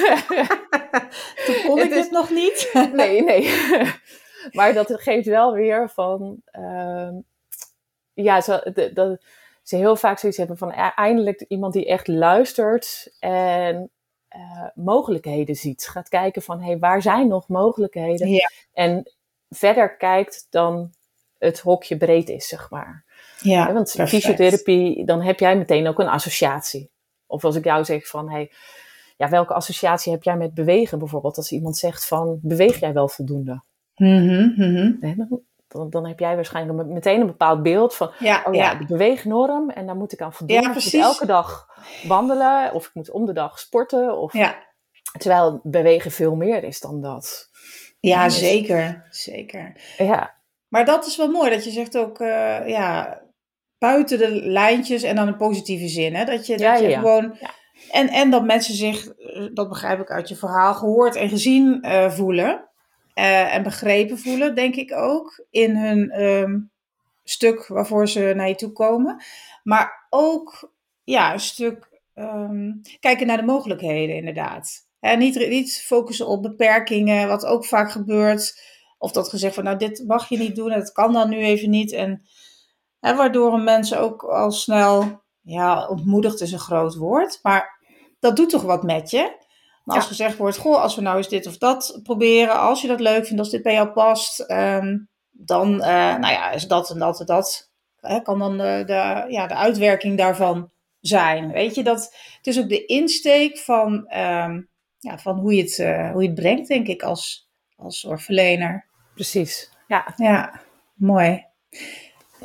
toen kon ik het is... nog niet. nee, nee. Maar dat geeft wel weer van... Uh, ja, ze, de, de, ze heel vaak zoiets hebben van... Eindelijk iemand die echt luistert en... Uh, mogelijkheden ziet. Gaat kijken van, hé, hey, waar zijn nog mogelijkheden? Ja. En verder kijkt dan het hokje breed is, zeg maar. Ja, ja, want perfect. Fysiotherapie, dan heb jij meteen ook een associatie. Of als ik jou zeg van, hé, hey, ja, welke associatie heb jij met bewegen bijvoorbeeld? Als iemand zegt van, beweeg jij wel voldoende? Mm-hmm, mm-hmm. Nee, dan, dan, dan heb jij waarschijnlijk meteen een bepaald beeld van, ja, oh ja, ja. de beweegnorm en daar moet ik aan voldoen. Ja, ik moet elke dag wandelen of ik moet om de dag sporten. Of, ja. Terwijl bewegen veel meer is dan dat. Ja, dus, zeker. Zeker. Ja. Maar dat is wel mooi, dat je zegt ook, uh, ja, buiten de lijntjes en dan in positieve zin. Hè? Dat je, ja, dat je ja. gewoon... Ja. En, en dat mensen zich, dat begrijp ik uit je verhaal, gehoord en gezien uh, voelen. Uh, en begrepen voelen, denk ik ook, in hun um, stuk waarvoor ze naar je toe komen. Maar ook ja, een stuk um, kijken naar de mogelijkheden, inderdaad. Hè, niet, niet focussen op beperkingen, wat ook vaak gebeurt. Of dat gezegd van, nou, dit mag je niet doen en dat kan dan nu even niet. En hè, waardoor mensen ook al snel, ja, ontmoedigd is een groot woord. Maar dat doet toch wat met je? Maar als ja. gezegd wordt, goh, als we nou eens dit of dat proberen, als je dat leuk vindt, als dit bij jou past, um, dan, uh, nou ja, is dat en dat en dat, hè, kan dan de, de, ja, de uitwerking daarvan zijn. Weet je, dat, het is ook de insteek van, um, ja, van hoe, je het, uh, hoe je het brengt, denk ik, als, als zorgverlener. Precies, ja. Ja, mooi.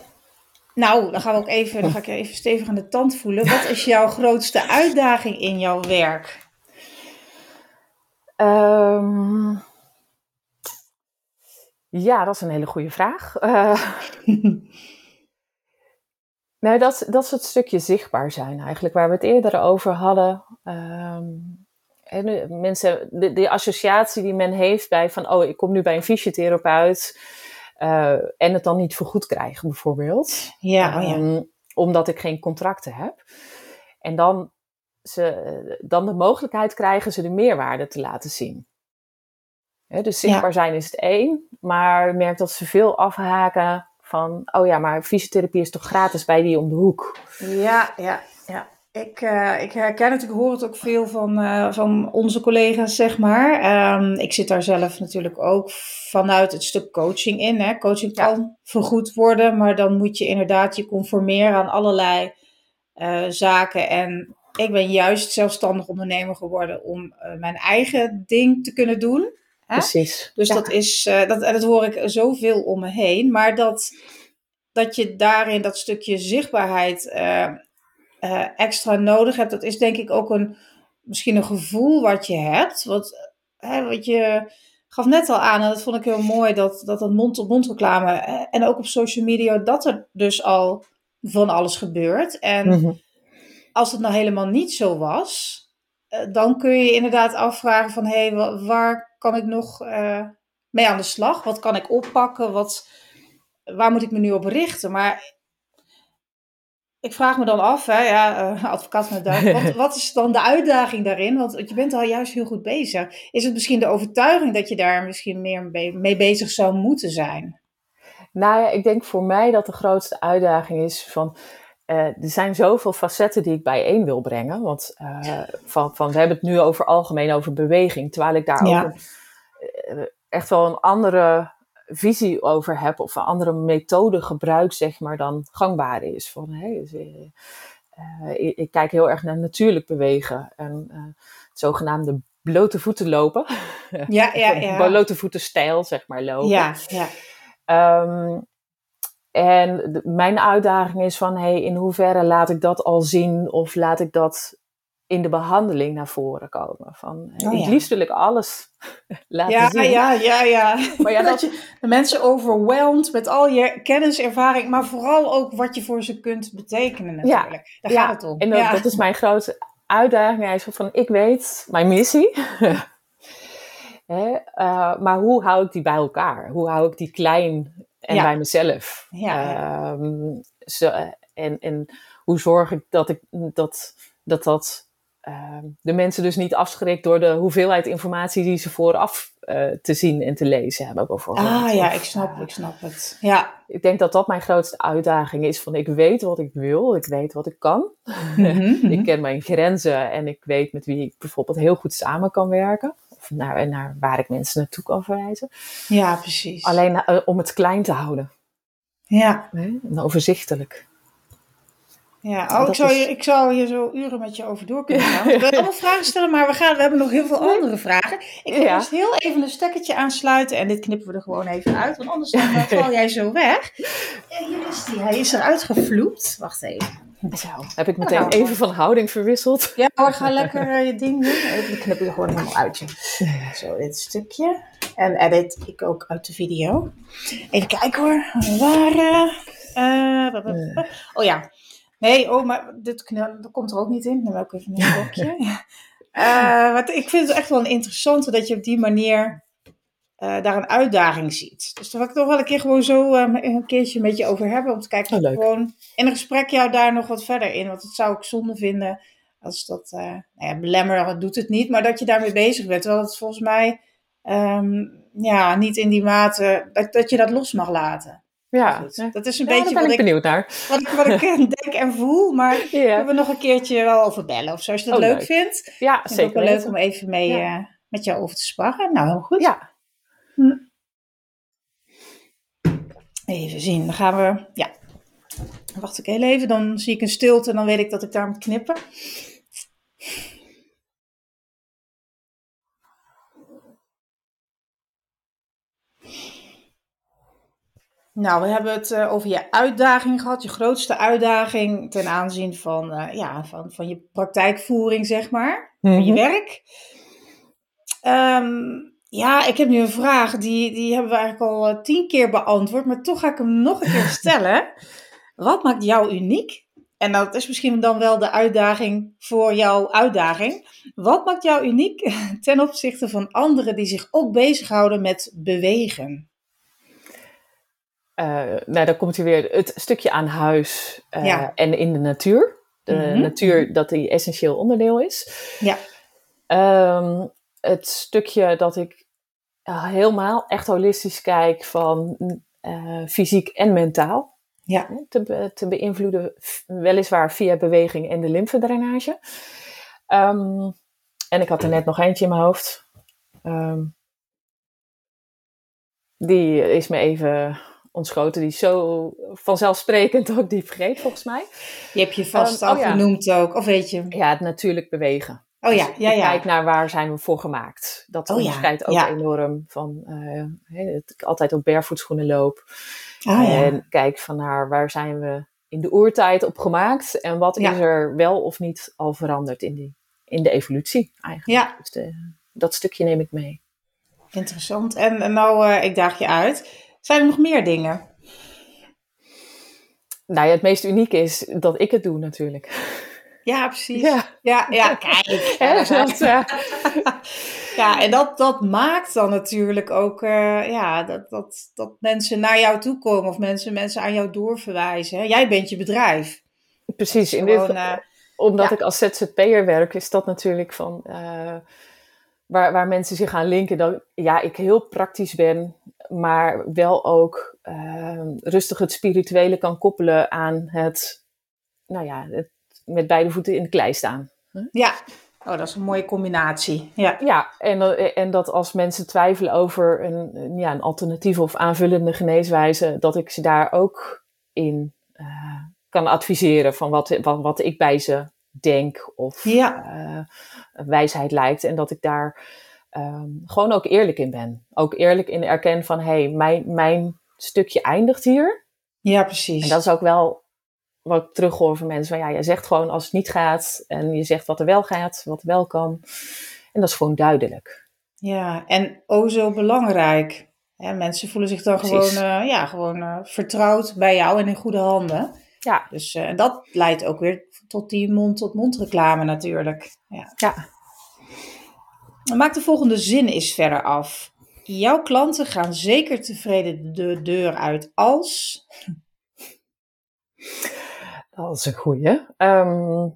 Nou, dan gaan we ook even, dan ga ik je even stevig aan de tand voelen. Wat is jouw grootste uitdaging in jouw werk? Um, ja, dat is een hele goede vraag. Uh, nou, dat, dat is het stukje zichtbaar zijn eigenlijk, waar we het eerder over hadden. Um, en mensen, de, de associatie die men heeft bij van, oh, ik kom nu bij een fysiotherapeut uh, en het dan niet vergoed krijgen bijvoorbeeld. Ja, oh ja. Um, omdat ik geen contracten heb. En dan, ze, dan de mogelijkheid krijgen ze de meerwaarde te laten zien. He, dus zichtbaar ja. zijn is het één, maar ik merk dat ze veel afhaken van, oh ja, maar fysiotherapie is toch gratis bij die om de hoek? Ja, ja, ja. Ik, uh, ik herken het, ik hoor het ook veel van, uh, van onze collega's, zeg maar. Um, ik zit daar zelf natuurlijk ook vanuit het stuk coaching in. Hè. Coaching kan ja. vergoed worden, maar dan moet je inderdaad je conformeren aan allerlei uh, zaken. En ik ben juist zelfstandig ondernemer geworden om uh, mijn eigen ding te kunnen doen. Hè? Precies. Dus ja. dat is, uh, dat, dat hoor ik zoveel om me heen. Maar dat, dat je daarin dat stukje zichtbaarheid uh, uh, extra nodig hebt, dat is denk ik ook een, misschien een gevoel wat je hebt. Wat, hè, wat je gaf net al aan, en dat vond ik heel mooi, dat dat een mond-op-mond reclame uh, en ook op social media, dat er dus al van alles gebeurt. En mm-hmm. als het nou helemaal niet zo was, uh, dan kun je je inderdaad afvragen van, hé, hey, waar kan ik nog uh, mee aan de slag? Wat kan ik oppakken? Wat, waar moet ik me nu op richten? Maar ik vraag me dan af, hè, ja, uh, advocaat van de duivel, wat, wat is dan de uitdaging daarin? Want je bent al juist heel goed bezig. Is het misschien de overtuiging dat je daar misschien meer mee bezig zou moeten zijn? Nou ja, ik denk voor mij dat de grootste uitdaging is van, uh, er zijn zoveel facetten die ik bijeen wil brengen. Want uh, van, van, we hebben het nu over algemeen over beweging, terwijl ik daar ja. ook een, uh, echt wel een andere visie over heb of een andere methode gebruik, zeg maar, dan gangbaar is. Van, hey, dus, uh, uh, ik, ik kijk heel erg naar natuurlijk bewegen en uh, het zogenaamde blote voeten lopen. Ja, ja, ja. Blote voeten stijl, zeg maar, lopen. Ja, ja. Um, en de, mijn uitdaging is van, hey, in hoeverre laat ik dat al zien of laat ik dat in de behandeling naar voren komen. Van, oh, het ja. liefst wil ik alles laten ja, zien. Ja, ja, ja. Maar ja, dat, dat je de mensen overweldigt met al je kennis, ervaring, maar vooral ook wat je voor ze kunt betekenen natuurlijk. Ja, Daar ja, gaat het om. En dat, ja. dat is mijn grote uitdaging. Hij is van, ik weet mijn missie. He, uh, maar hoe hou ik die bij elkaar? Hoe hou ik die klein en ja. bij mezelf? Ja, ja. Um, zo, en, en hoe zorg ik dat ik dat, dat, dat uh, de mensen dus niet afschrikt door de hoeveelheid informatie die ze vooraf uh, te zien en te lezen hebben bijvoorbeeld. Ah ja, of, ik snap, uh, ik snap het. Ja. Ik denk dat dat mijn grootste uitdaging is. Van ik weet wat ik wil, ik weet wat ik kan. Mm-hmm. Ik ken mijn grenzen en ik weet met wie ik bijvoorbeeld heel goed samen kan werken. Of naar, naar waar ik mensen naartoe kan verwijzen. Ja, precies. Alleen uh, om het klein te houden. Ja. Nee? En overzichtelijk. Ja, oh, ik, zou is... je, ik zou hier zo uren met je over door kunnen gaan. We willen allemaal vragen stellen, maar we, gaan, we hebben nog heel veel nee. andere vragen. Ik ga ja. eerst heel even een stekkertje aansluiten en dit knippen we er gewoon even uit, want anders dan val jij zo weg. Ja, hier is die, hij is eruit gevloept. Wacht even. Zo, heb ik meteen nou, even van houding verwisseld. Ja hoor, ga lekker uh, je ding doen. Even knippen er gewoon helemaal uit. Je. Zo, dit stukje. En edit ik ook uit de video. Even kijken hoor. Waar? Uh, oh ja. Nee, oh, maar dit dat komt er ook niet in. Dan wil ik even een blokje. uh, wat, ik vind het echt wel een interessante dat je op die manier uh, daar een uitdaging ziet. Dus daar wil ik toch wel een keer gewoon zo uh, een keertje met je over hebben. Om te kijken of oh, ik gewoon in een gesprek jou daar nog wat verder in. Want dat zou ik zonde vinden als dat, uh, nou ja, belemmeren doet het niet. Maar dat je daarmee bezig bent. Terwijl het volgens mij um, ja, niet in die mate dat, dat je dat los mag laten. Ja, dat is een ja, beetje daar ben wat ik ik benieuwd naar. Wat ik, wat ik denk en voel, maar ja. Kunnen we nog een keertje wel over bellen of zo, als je dat oh, leuk, leuk vindt. Ja, vind zeker. Het ook wel leuk om even mee, ja. uh, met jou over te sparren. Nou, heel goed. Ja. Hm. Even zien, dan gaan we, ja. Dan wacht ik heel even, dan zie ik een stilte en dan weet ik dat ik daar moet knippen. Nou, we hebben het uh, over je uitdaging gehad, je grootste uitdaging ten aanzien van, uh, ja, van, van je praktijkvoering, zeg maar, mm-hmm. van je werk. Um, ja, ik heb nu een vraag, die, die hebben we eigenlijk al uh, tien keer beantwoord, maar toch ga ik hem nog een keer stellen. Wat maakt jou uniek? En dat is misschien dan wel de uitdaging voor jouw uitdaging. Wat maakt jou uniek ten opzichte van anderen die zich ook bezighouden met bewegen? Uh, nou, dan komt hier weer het stukje aan huis uh, ja. en in de natuur. De mm-hmm. natuur dat die essentieel onderdeel is. Ja. Um, het stukje dat ik uh, helemaal echt holistisch kijk van uh, fysiek en mentaal. Ja. Te, be- te beïnvloeden, weliswaar via beweging en de lymfedrainage. Um, en ik had er net nog eentje in mijn hoofd. Um, die is me even ontschoten. Die is zo vanzelfsprekend ook diep vergeet, volgens mij. Je hebt je vast um, al oh ja. genoemd ook, of weet je? Ja, het natuurlijk bewegen. Oh ja, dus ja, ja. Kijk naar waar zijn we voor gemaakt. Dat oh, onderscheidt ja. ook ja. enorm van uh, dat ik altijd op barefoot loop. Ah, en ja. kijk van naar waar zijn we in de oertijd op gemaakt en wat ja. is er wel of niet al veranderd in, die, in de evolutie eigenlijk. Ja. Dus de, dat stukje neem ik mee. Interessant. En, en nou, uh, ik daag je uit. Zijn er nog meer dingen? Nou ja, het meest unieke is dat ik het doe natuurlijk. Ja, precies. Ja, ja, ja kijk. Ja, dat, ja. ja, en dat, dat maakt dan natuurlijk ook uh, ja, dat, dat, dat mensen naar jou toe komen of mensen, mensen aan jou doorverwijzen. Hè? Jij bent je bedrijf. Precies. In gewoon, dit, uh, omdat ja. ik als Z Z P'er werk, is dat natuurlijk van uh, waar, waar mensen zich aan linken. Dat ja, ik heel praktisch ben, maar wel ook uh, rustig het spirituele kan koppelen aan het, nou ja, het met beide voeten in de klei staan. Huh? Ja, oh, dat is een mooie combinatie. Ja, ja en, en dat als mensen twijfelen over een, ja, een alternatieve of aanvullende geneeswijze, dat ik ze daar ook in uh, kan adviseren van wat, wat, wat ik bij ze denk of ja. uh, wijsheid lijkt. En dat ik daar um, gewoon ook eerlijk in ben. Ook eerlijk in erkennen van, hé, hey, mijn, mijn stukje eindigt hier. Ja, precies. En dat is ook wel wat ik terughoor van mensen. Van, ja, je zegt gewoon als het niet gaat. En je zegt wat er wel gaat, wat er wel kan. En dat is gewoon duidelijk. Ja, en o zo belangrijk. Ja, mensen voelen zich dan Precies. gewoon, uh, ja, gewoon uh, vertrouwd bij jou en in goede handen. Ja. Dus uh, en dat leidt ook weer tot die mond-tot-mond reclame natuurlijk. Ja. ja. Maak de volgende zin eens verder af. Jouw klanten gaan zeker tevreden de deur uit als... Dat is een goeie. Um,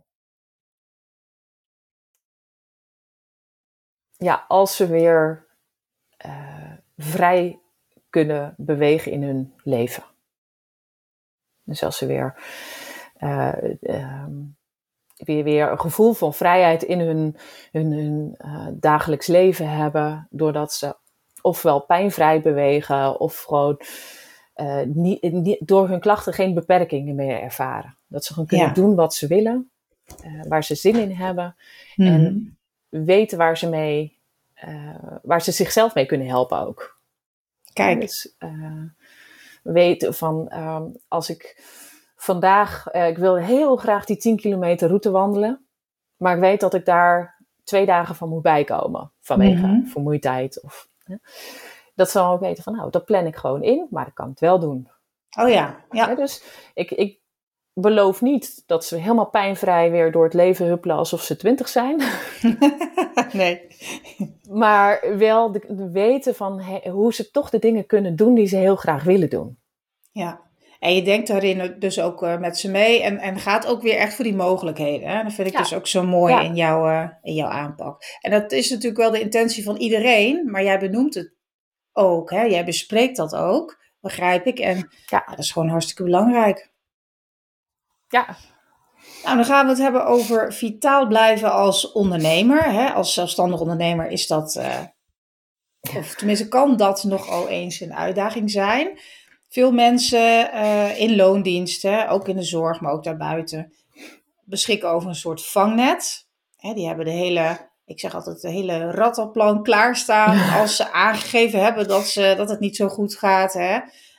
ja, als ze weer uh, vrij kunnen bewegen in hun leven. Dus als ze weer, uh, um, weer, weer een gevoel van vrijheid in hun, hun, hun uh, dagelijks leven hebben. Doordat ze ofwel pijnvrij bewegen of gewoon... Uh, niet, niet, door hun klachten geen beperkingen meer ervaren. Dat ze gewoon kunnen ja. doen wat ze willen, uh, waar ze zin in hebben mm-hmm. en weten waar ze mee, uh, waar ze zichzelf mee kunnen helpen ook. Kijk. Dus, uh, weten van, um, als ik vandaag, uh, ik wil heel graag die tien kilometer route wandelen, maar ik weet dat ik daar twee dagen van moet bijkomen, vanwege mm-hmm. vermoeidheid of... Uh, Dat ze dan ook weten van, nou, dat plan ik gewoon in, maar ik kan het wel doen. Oh ja, ja. ja dus ik, ik beloof niet dat ze helemaal pijnvrij weer door het leven huppelen alsof ze twintig zijn. Nee. Maar wel de, de weten van he, hoe ze toch de dingen kunnen doen die ze heel graag willen doen. Ja, en je denkt daarin dus ook uh, met ze mee en, en gaat ook weer echt voor die mogelijkheden. Hè? Dat vind ik ja. dus ook zo mooi ja. in, jouw, uh, in jouw aanpak. En dat is natuurlijk wel de intentie van iedereen, maar jij benoemt het ook, hè? Jij bespreekt dat ook, begrijp ik. En ja, dat is gewoon hartstikke belangrijk. Ja. Nou, dan gaan we het hebben over vitaal blijven als ondernemer. Hè? Als zelfstandig ondernemer is dat, uh, of tenminste kan dat nogal eens een uitdaging zijn. Veel mensen uh, in loondiensten, ook in de zorg, maar ook daarbuiten, beschikken over een soort vangnet. Hè, die hebben de hele... Ik zeg altijd de hele rattenplan klaarstaan als ze aangegeven hebben dat, ze, dat het niet zo goed gaat. Hè?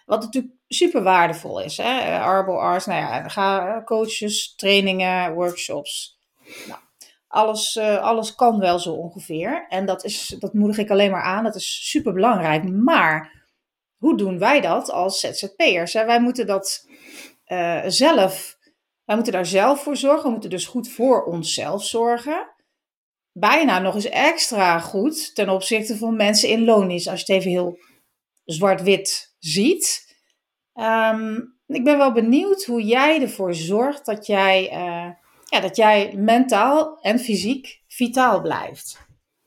Wat natuurlijk super waardevol is. Hè? Arbo-arts, nou ja, ga coaches, trainingen, workshops. Nou, alles, uh, alles kan wel zo ongeveer. En dat, is, dat moedig ik alleen maar aan. Dat is super belangrijk. Maar hoe doen wij dat als Z Z P'ers? Hè? Wij moeten dat uh, zelf, wij moeten daar zelf voor zorgen. We moeten dus goed voor onszelf zorgen. Bijna nog eens extra goed ten opzichte van mensen in loondienst. Als je het even heel zwart-wit ziet. Um, ik ben wel benieuwd hoe jij ervoor zorgt dat jij, uh, ja, dat jij mentaal en fysiek vitaal blijft.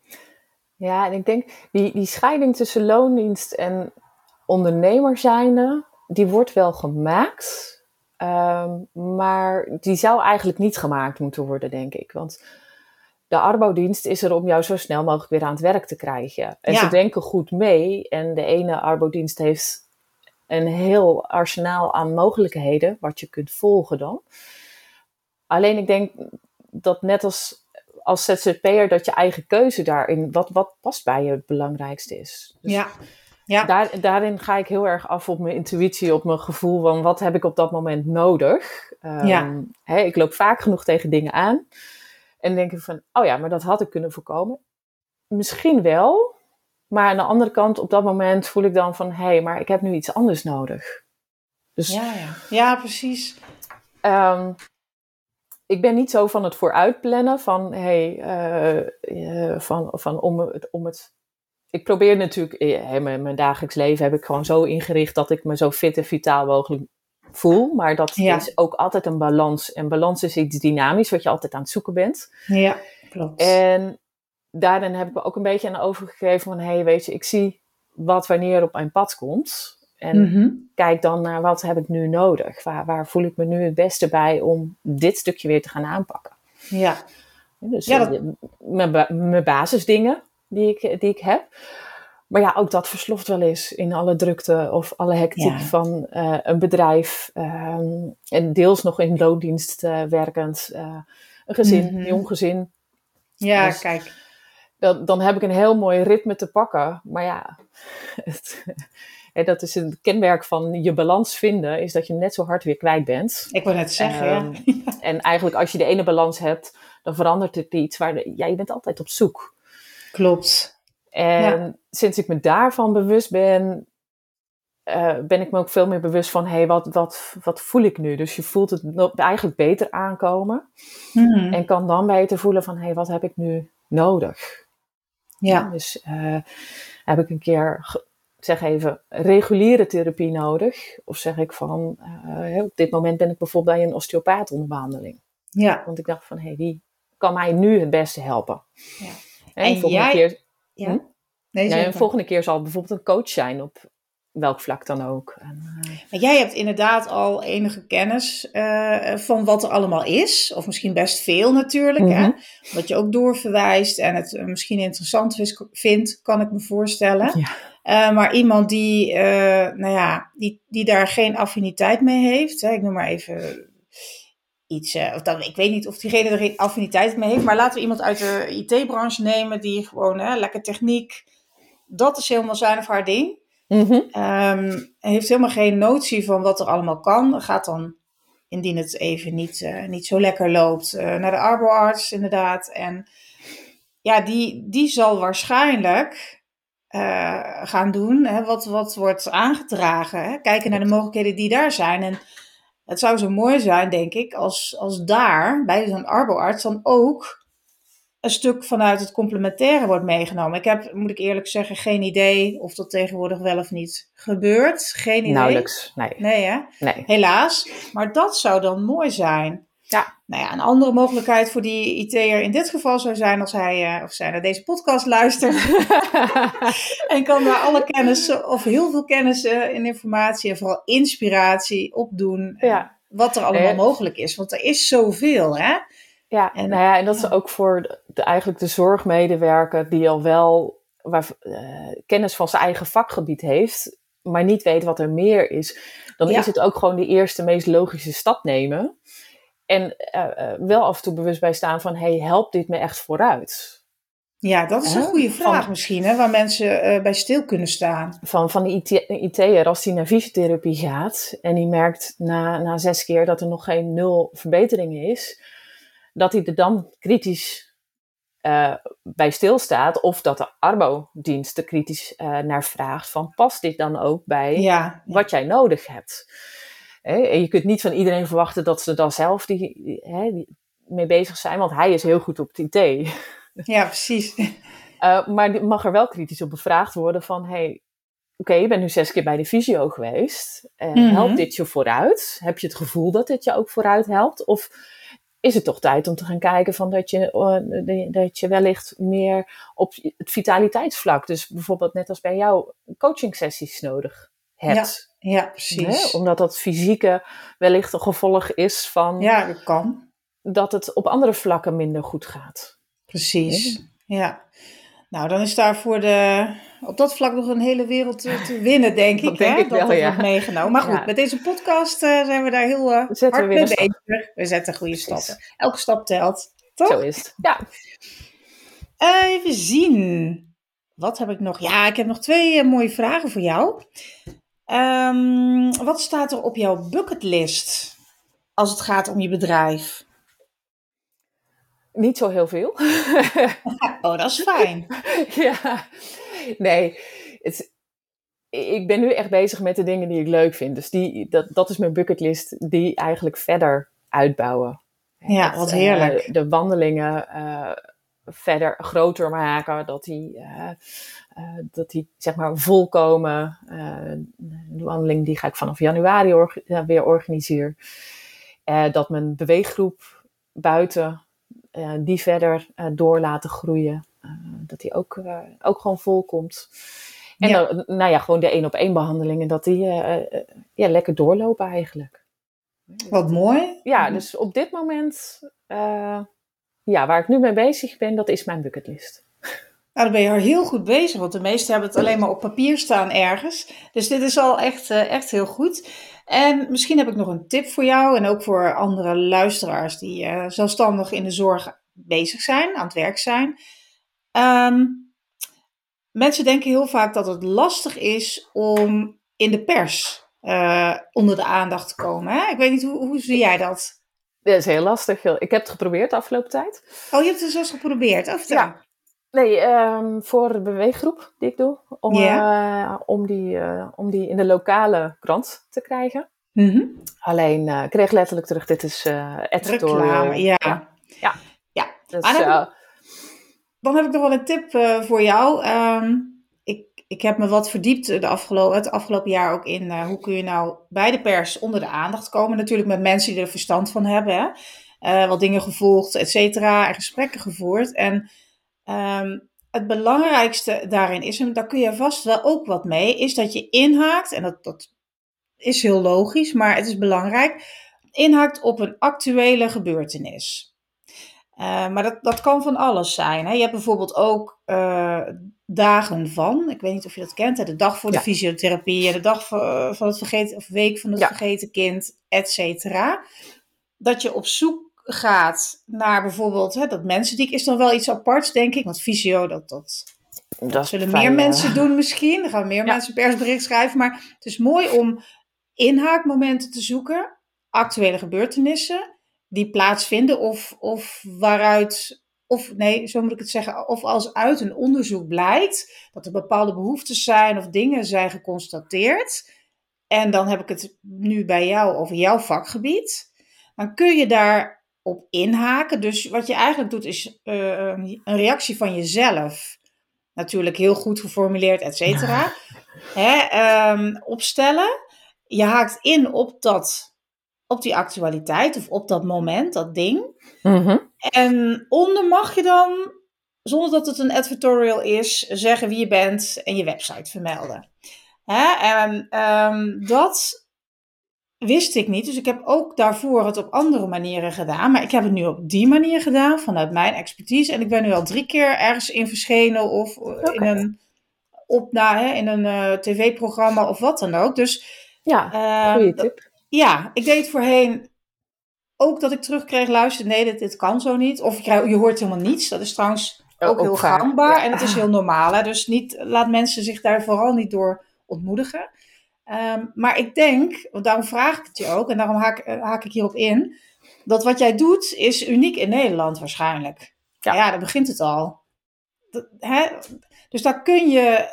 Ja, en ik denk, die, die scheiding tussen loondienst en ondernemer zijnde, die wordt wel gemaakt. Um, maar die zou eigenlijk niet gemaakt moeten worden, denk ik. Want de arbodienst is er om jou zo snel mogelijk weer aan het werk te krijgen. En ja. Ze denken goed mee. En de ene arbodienst heeft een heel arsenaal aan mogelijkheden wat je kunt volgen dan. Alleen ik denk dat net als, als Z Z P'er dat je eigen keuze daarin, wat, wat past bij je, het belangrijkste is. Dus ja. Ja. Daar, daarin ga ik heel erg af op mijn intuïtie, op mijn gevoel van wat heb ik op dat moment nodig. Um, ja. Hè, ik loop vaak genoeg tegen dingen aan. En denk ik van, oh ja, maar dat had ik kunnen voorkomen. Misschien wel. Maar aan de andere kant, op dat moment voel ik dan van, hé, hey, maar ik heb nu iets anders nodig. Dus, ja, ja. ja, precies. Um, ik ben niet zo van het vooruitplannen van, hé, hey, uh, uh, van, van om het, om het... Ik probeer natuurlijk, in mijn, mijn dagelijks leven heb ik gewoon zo ingericht dat ik me zo fit en vitaal mogelijk voel. Maar dat ja. is ook altijd een balans. En balans is iets dynamisch, wat je altijd aan het zoeken bent. Ja, klopt. En daarin heb ik me ook een beetje aan overgegeven van, hé, hey, weet je, ik zie wat wanneer op mijn pad komt. En mm-hmm. kijk dan naar wat heb ik nu nodig. Waar, waar voel ik me nu het beste bij om dit stukje weer te gaan aanpakken. Ja. Dus ja, dat... mijn, ba- mijn basisdingen die ik, die ik heb. Maar ja, ook dat versloft wel eens in alle drukte of alle hectiek ja. van uh, een bedrijf. Um, en deels nog in loondienst uh, werkend. Uh, een gezin, mm-hmm. een jong gezin. Ja, dus kijk. Dan, dan heb ik een heel mooi ritme te pakken. Maar ja, het, en dat is een kenmerk van je balans vinden, is dat je net zo hard weer kwijt bent. Ik wil net zeggen, um, ja. En eigenlijk als je de ene balans hebt, dan verandert het iets waar de, ja, je bent altijd op zoek. Klopt. En ja. sinds ik me daarvan bewust ben, uh, ben ik me ook veel meer bewust van, hé, hey, wat, wat, wat voel ik nu? Dus je voelt het eigenlijk beter aankomen. Mm-hmm. En kan dan beter voelen van, hé, hey, wat heb ik nu nodig? Ja. Ja, dus uh, heb ik een keer, zeg even, reguliere therapie nodig? Of zeg ik van, uh, op dit moment ben ik bijvoorbeeld bij een osteopaat onder behandeling. Ja. Want ik dacht van, hé, hey, wie kan mij nu het beste helpen? Ja. En, en de volgende jij... keer... Ja. Hm? Nee, nee, de volgende keer zal bijvoorbeeld een coach zijn op welk vlak dan ook. En, uh... maar jij hebt inderdaad al enige kennis uh, van wat er allemaal is. Of misschien best veel natuurlijk. Mm-hmm. Hè? Wat je ook doorverwijst en het uh, misschien interessant is, vindt, kan ik me voorstellen. Ja. Uh, maar iemand die, uh, nou ja, die, die daar geen affiniteit mee heeft. Hè? Ik noem maar even... Iets, uh, of dan, ik weet niet of diegene er geen affiniteit mee heeft, maar laten we iemand uit de I T-branche nemen die gewoon, hè, lekker techniek, dat is helemaal zijn of haar ding. Mm-hmm. Um, heeft helemaal geen notie van wat er allemaal kan. Gaat dan, indien het even niet, uh, niet zo lekker loopt, uh, naar de arboarts inderdaad. En ja, die, die zal waarschijnlijk uh, gaan doen, hè, wat, wat wordt aangedragen. Hè? Kijken naar de mogelijkheden die daar zijn. En het zou zo mooi zijn, denk ik, als, als daar, bij zo'n arboarts, dan ook een stuk vanuit het complementaire wordt meegenomen. Ik heb, moet ik eerlijk zeggen, geen idee of dat tegenwoordig wel of niet gebeurt. Geen idee. Nauwelijks, nee. Nee, hè? Nee. Helaas. Maar dat zou dan mooi zijn. Ja. Nou ja, een andere mogelijkheid voor die I T'er in dit geval zou zijn als hij uh, of zij naar deze podcast luistert. En kan daar alle kennis, of heel veel kennis uh, en informatie en vooral inspiratie opdoen. Ja. Wat er allemaal nee. mogelijk is. Want er is zoveel, hè? Ja, en, nou ja, en dat ja. is ook voor de, de, eigenlijk de zorgmedewerker die al wel waar, uh, kennis van zijn eigen vakgebied heeft, maar niet weet wat er meer is. Dan ja. is het ook gewoon de eerste, meest logische stap nemen. En uh, uh, wel af en toe bewust bij staan van, hey, helpt dit me echt vooruit? Ja, dat is een Hè? goede vraag Van, misschien, hè, waar mensen uh, bij stil kunnen staan. van, van die I T'er, als die naar fysiotherapie gaat en die merkt na, na zes keer dat er nog geen nul verbetering is, dat hij er dan kritisch uh, bij stilstaat of dat de arbodienst er kritisch uh, naar vraagt van past dit dan ook bij ja, wat ja. jij nodig hebt. Hè? En je kunt niet van iedereen verwachten dat ze dan zelf die, die, hè, die mee bezig zijn, want hij is heel goed op het I T. Ja, precies. Uh, maar mag er wel kritisch op bevraagd worden van, hey, oké, okay, je bent nu zes keer bij de fysio geweest. Uh, mm-hmm. Helpt dit je vooruit? Heb je het gevoel dat dit je ook vooruit helpt? Of is het toch tijd om te gaan kijken van dat je, uh, de, dat je wellicht meer op het vitaliteitsvlak, dus bijvoorbeeld net als bij jou, coaching sessies nodig hebt? Ja, ja precies. Nee? Omdat dat fysieke wellicht een gevolg is van... Ja, dat kan. Dat het op andere vlakken minder goed gaat. Precies, nee? Ja. Nou, dan is daar voor de, op dat vlak nog een hele wereld te, te winnen, denk ik. dat denk hè? ik dat wel, dat ja. wordt meegenomen. Maar goed, ja. met deze podcast uh, zijn we daar heel uh, we hard mee bezig. Stap. We zetten goede Precies. stappen. Elke stap telt, toch? Zo is het, ja. Uh, even zien. Wat heb ik nog? Ja, ik heb nog twee uh, mooie vragen voor jou. Um, wat staat er op jouw bucketlist als het gaat om je bedrijf? Niet zo heel veel. Oh, dat is fijn. Ja, nee. Het, ik ben nu echt bezig met de dingen die ik leuk vind. Dus die, dat, dat is mijn bucketlist die eigenlijk verder uitbouwen. Ja, wat heerlijk. Uh, de wandelingen uh, verder groter maken. Dat die, uh, uh, dat die zeg maar volkomen. Uh, de wandeling die ga ik vanaf januari orga- uh, weer organiseren. Uh, dat mijn beweeggroep buiten... Uh, die verder uh, door laten groeien. Uh, dat die ook, uh, ook gewoon vol komt. En ja. dan, nou ja, gewoon de één op één behandelingen, dat die uh, uh, ja, lekker doorlopen eigenlijk. Wat mooi. Ja, dus op dit moment, uh, ja, waar ik nu mee bezig ben, dat is mijn bucketlist. Nou, dan ben je heel goed bezig, want de meesten hebben het alleen maar op papier staan ergens. Dus dit is al echt, uh, echt heel goed. En misschien heb ik nog een tip voor jou en ook voor andere luisteraars die uh, zelfstandig in de zorg bezig zijn, aan het werk zijn. Um, mensen denken heel vaak dat het lastig is om in de pers uh, onder de aandacht te komen. Hè? Ik weet niet, hoe, hoe zie jij dat? Dat is heel lastig. Ik heb het geprobeerd de afgelopen tijd. Oh, je hebt het zelfs geprobeerd? Of ja. Nee, um, voor de beweeggroep die ik doe. Om, yeah. uh, om, die, uh, om die in de lokale krant te krijgen. Mm-hmm. Alleen uh, ik kreeg letterlijk terug, dit is uh, editorial. Reclame, ja. Ja. ja. ja. Dus, dan, heb uh, ik, dan heb ik nog wel een tip uh, voor jou. Um, ik, ik heb me wat verdiept de afgelopen, het afgelopen jaar ook in uh, hoe kun je nou bij de pers onder de aandacht komen. Natuurlijk met mensen die er verstand van hebben. Hè? Uh, wat dingen gevolgd, et cetera. En gesprekken gevoerd. En um, het belangrijkste daarin is, en daar kun je vast wel ook wat mee, is dat je inhaakt. En dat, dat is heel logisch, maar het is belangrijk. Inhaakt op een actuele gebeurtenis. Uh, maar dat, dat kan van alles zijn. Hè? Je hebt bijvoorbeeld ook uh, dagen van, ik weet niet of je dat kent, hè? De dag voor de ja. fysiotherapie, de dag van, van het vergeten, of week van het ja. vergeten kind, et cetera. Dat je op zoek gaat naar bijvoorbeeld, hè, dat mensendiek is dan wel iets aparts, denk ik. Want fysio, dat, dat, dat, dat zullen fijn, meer ja. mensen doen misschien. Dan gaan meer ja. mensen persbericht schrijven. Maar het is mooi om inhaakmomenten te zoeken, actuele gebeurtenissen die plaatsvinden of, of waaruit, of nee, zo moet ik het zeggen, of als uit een onderzoek blijkt dat er bepaalde behoeftes zijn of dingen zijn geconstateerd. En dan heb ik het nu bij jou over jouw vakgebied. Dan kun je daar op inhaken. Dus wat je eigenlijk doet is uh, een reactie van jezelf. Natuurlijk heel goed geformuleerd, et cetera. Hè, um, opstellen. Je haakt in op, dat, op die actualiteit of op dat moment, dat ding. Mm-hmm. En onder mag je dan, zonder dat het een editorial is, zeggen wie je bent en je website vermelden. Hè, en um, dat wist ik niet. Dus ik heb ook daarvoor het op andere manieren gedaan. Maar ik heb het nu op die manier gedaan, vanuit mijn expertise. En ik ben nu al drie keer ergens in verschenen of okay. in een, op, nou, hè, in een uh, tv-programma of wat dan ook. Dus ja, uh, goede tip. Ja, ik deed het voorheen ook dat ik terugkreeg, luister, nee, dit, dit kan zo niet. Of je, je hoort helemaal niets. Dat is trouwens ook ook heel vaak, gangbaar ja. en het is heel normaal. Hè? Dus niet, laat mensen zich daar vooral niet door ontmoedigen. Um, maar ik denk, want daarom vraag ik het je ook en daarom haak, haak ik hierop in, dat wat jij doet is uniek in Nederland waarschijnlijk. Ja, ja daar begint het al. Dat, hè? Dus daar kun je...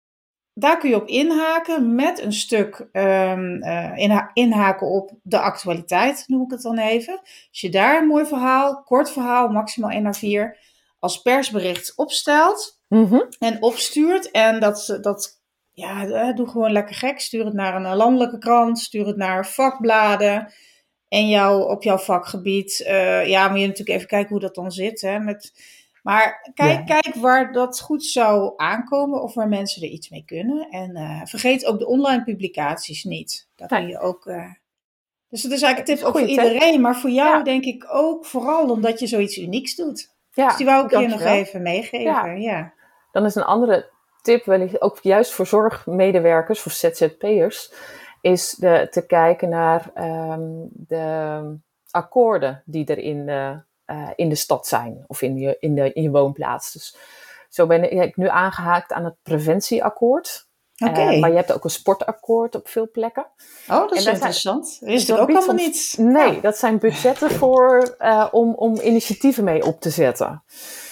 Daar kun je op inhaken met een stuk um, uh, inha- inhaken op de actualiteit, noem ik het dan even. Als je daar een mooi verhaal, kort verhaal, maximaal één à vier, als persbericht opstelt Mm-hmm. en opstuurt. En dat, dat ja, doe gewoon lekker gek. Stuur het naar een landelijke krant, stuur het naar vakbladen. En jou, op jouw vakgebied, uh, ja, moet je natuurlijk even kijken hoe dat dan zit, hè, met... Maar kijk, ja. kijk waar dat goed zou aankomen of waar mensen er iets mee kunnen. En uh, vergeet ook de online publicaties niet. Daar kun je ook... Uh... Dus dat is eigenlijk een tip ook voor iedereen. Tip. Maar voor jou ja. denk ik ook vooral omdat je zoiets unieks doet. Ja, dus die wou ik je nog wel. even meegeven. Ja. Ja. Dan is een andere tip, wellicht ook juist voor zorgmedewerkers, voor Z Z P'ers, is de, te kijken naar um, de akkoorden die er in... Uh, Uh, in de stad zijn of in je, in, de, in je woonplaats. Dus zo ben ik nu aangehaakt aan het preventieakkoord. Okay. Uh, maar je hebt ook een sportakkoord op veel plekken. Oh, dat is en interessant. Zijn, is er ook allemaal niet? Nee, ja. dat zijn budgetten voor, uh, om, om initiatieven mee op te zetten.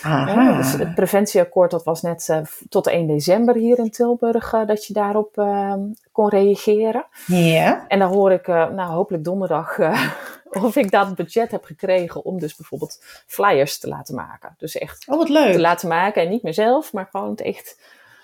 Uh, dus het preventieakkoord, dat was net uh, tot één december hier in Tilburg, uh, dat je daarop uh, kon reageren. Ja. Yeah. En dan hoor ik, uh, nou hopelijk donderdag... Uh, of ik dat budget heb gekregen om dus bijvoorbeeld flyers te laten maken. Dus echt oh, wat leuk. te laten maken. En niet meer zelf, maar gewoon het echt...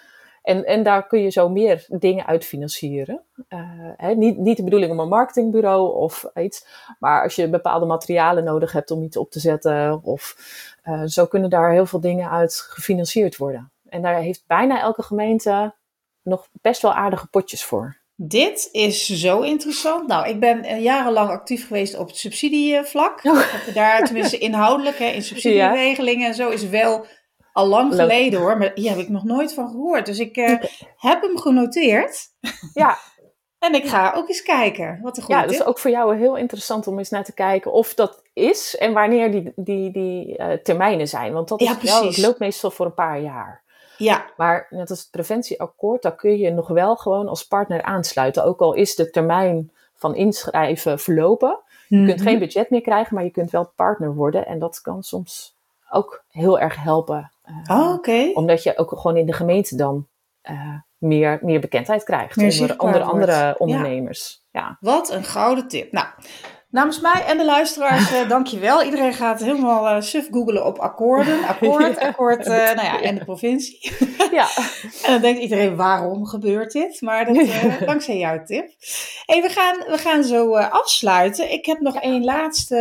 En, en daar kun je zo meer dingen uit financieren. Uh, hè, niet, niet de bedoeling om een marketingbureau of iets. Maar als je bepaalde materialen nodig hebt om iets op te zetten. Of uh, zo kunnen daar heel veel dingen uit gefinancierd worden. En daar heeft bijna elke gemeente nog best wel aardige potjes voor. Dit is zo interessant. Nou, ik ben jarenlang actief geweest op het subsidievlak. Oh. Daar, tenminste inhoudelijk, hè, in subsidieregelingen ja. en zo, is wel al lang geleden hoor. Maar hier heb ik nog nooit van gehoord. Dus ik uh, okay. heb hem genoteerd. Ja. En ik ga ook eens kijken. Wat een goede Ja, dat is ook voor jou heel interessant om eens naar te kijken of dat is en wanneer die, die, die uh, termijnen zijn. Want dat is ja, wel, het loopt meestal voor een paar jaar. Ja. Maar net als het preventieakkoord, daar kun je nog wel gewoon als partner aansluiten. Ook al is de termijn van inschrijven verlopen. Mm-hmm. Je kunt geen budget meer krijgen, maar je kunt wel partner worden. En dat kan soms ook heel erg helpen. Uh, oh, okay. Omdat je ook gewoon in de gemeente dan uh, meer, meer bekendheid krijgt. Meer onder, onder andere ondernemers. Ja. Ja. Wat een gouden tip. Nou, namens mij en de luisteraars, uh, dankjewel. Iedereen gaat helemaal uh, suf googelen op akkoorden. Akkoord, ja, akkoord, uh, nou ja, en de provincie. Ja. En dan denkt iedereen, waarom gebeurt dit? Maar dat, uh, dankzij jouw tip. Hey, we gaan, we gaan zo uh, afsluiten. Ik heb nog één laatste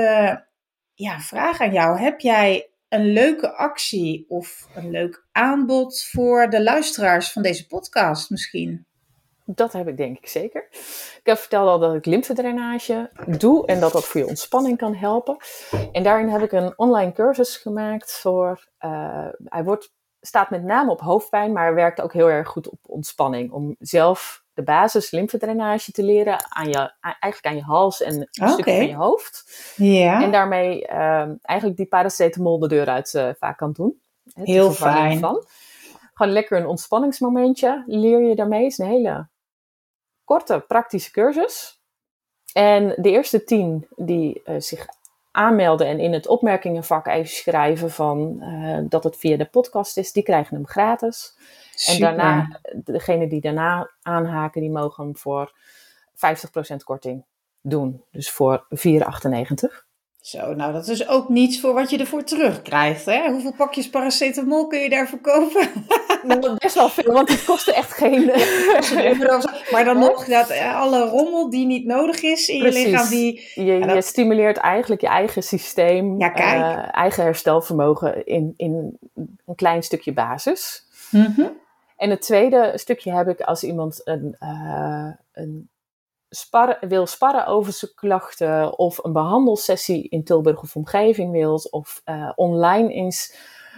ja, vraag aan jou. Heb jij een leuke actie of een leuk aanbod voor de luisteraars van deze podcast misschien? Dat heb ik denk ik zeker. Ik heb verteld al dat ik lymfedrainage doe en dat dat voor je ontspanning kan helpen. En daarin heb ik een online cursus gemaakt voor, uh, hij wordt, staat met name op hoofdpijn, maar werkt ook heel erg goed op ontspanning. Om zelf de basis lymfedrainage te leren, aan je, eigenlijk aan je hals en een okay. stukje van je hoofd. Ja. En daarmee uh, eigenlijk die paracetamol de deur uit uh, vaak kan doen. He, heel fijn. Van. Gewoon lekker een ontspanningsmomentje leer je daarmee. Het is een hele korte praktische cursus. En de eerste tien die uh, zich aanmelden en in het opmerkingenvak even schrijven van uh, dat het via de podcast is, die krijgen hem gratis. Super. En daarna, degene die daarna aanhaken, die mogen hem voor vijftig procent korting doen. Dus voor vier euro achtennegentig. Zo, nou dat is ook niets voor wat je ervoor terugkrijgt, hè? Hoeveel pakjes paracetamol kun je daarvoor kopen? Nou, best wel veel, want het kostte echt geen... maar dan nog, dat alle rommel die niet nodig is in Precies. je lichaam, die... Je, ja, dat... je stimuleert eigenlijk je eigen systeem, ja, kijk. Uh, eigen herstelvermogen in, in een klein stukje basis. Mm-hmm. En het tweede stukje heb ik als iemand een... Uh, een Sparren, wil sparren over zijn klachten of een behandelsessie in Tilburg of omgeving wilt of uh, online eens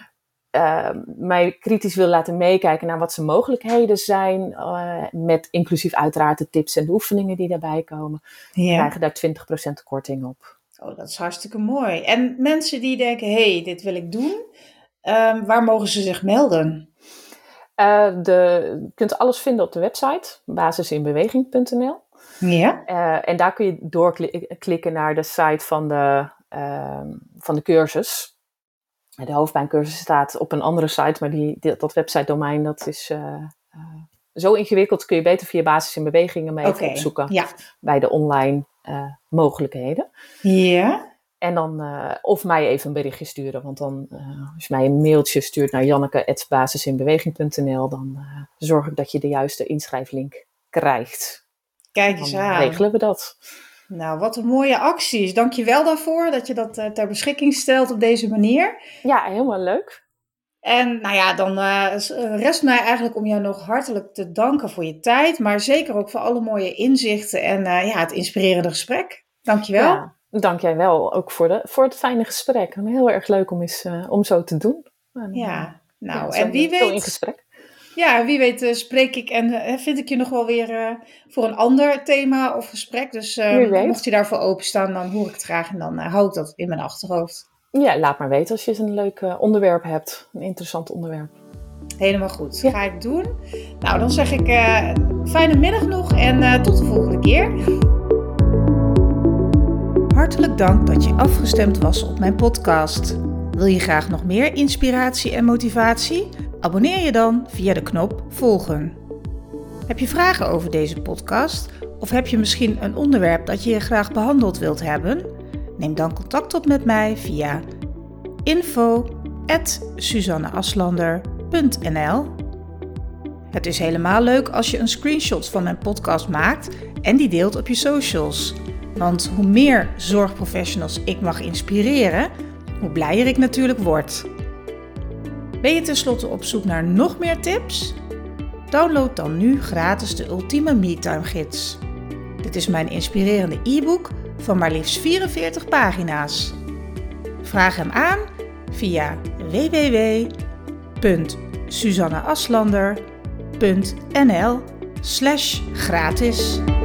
uh, mij kritisch wil laten meekijken naar wat zijn mogelijkheden zijn, uh, met inclusief uiteraard de tips en de oefeningen die daarbij komen, ja. krijgen daar twintig procent korting op. Oh, dat is hartstikke mooi. En mensen die denken, hé, hey, dit wil ik doen, Um, waar mogen ze zich melden? Uh, de, je kunt alles vinden op de website, basisinbeweging punt n l. Ja. Uh, en daar kun je doorklikken naar de site van de, uh, van de cursus. De hoofdpijncursus staat op een andere site, maar die, die, dat website-domein dat is uh, uh, zo ingewikkeld. Kun je beter via Basis in Beweging mee okay. opzoeken ja. bij de online uh, mogelijkheden. Ja. En dan, uh, of mij even een berichtje sturen. Want dan, uh, als je mij een mailtje stuurt naar janneke at basisinbeweging punt n l, dan uh, zorg ik dat je de juiste inschrijflink krijgt. Kijk eens dan aan. regelen we dat. Nou, wat een mooie acties. Dank je wel daarvoor dat je dat uh, ter beschikking stelt op deze manier. Ja, helemaal leuk. En nou ja, dan uh, rest mij eigenlijk om jou nog hartelijk te danken voor je tijd. Maar zeker ook voor alle mooie inzichten en uh, ja, het inspirerende gesprek. Dank je wel. Ja. Dank jij wel ook voor, de, voor het fijne gesprek. Heel erg leuk om, eens, uh, om zo te doen. En, ja, nou ja, zo, en wie weet... Zo in gesprek. Ja, wie weet uh, spreek ik en uh, vind ik je nog wel weer uh, voor een ander thema of gesprek. Dus uh, mocht je daarvoor openstaan, dan hoor ik het graag en dan uh, hou ik dat in mijn achterhoofd. Ja, laat maar weten als je een leuk uh, onderwerp hebt. Een interessant onderwerp. Helemaal goed, ja. Ga ik doen. Nou, dan zeg ik uh, fijne middag nog en uh, tot de volgende keer. Hartelijk dank dat je afgestemd was op mijn podcast. Wil je graag nog meer inspiratie en motivatie? Abonneer je dan via de knop volgen. Heb je vragen over deze podcast? Of heb je misschien een onderwerp dat je hier graag behandeld wilt hebben? Neem dan contact op met mij via info at suzanne aslander punt n l. Het is helemaal leuk als je een screenshot van mijn podcast maakt en die deelt op je socials. Want hoe meer zorgprofessionals ik mag inspireren, hoe blijer ik natuurlijk word. Ben je tenslotte op zoek naar nog meer tips? Download dan nu gratis de Ultieme MeTime Gids. Dit is mijn inspirerende e-book van maar liefst vierenveertig pagina's. Vraag hem aan via w w w punt suzanne aslander punt n l slash gratis.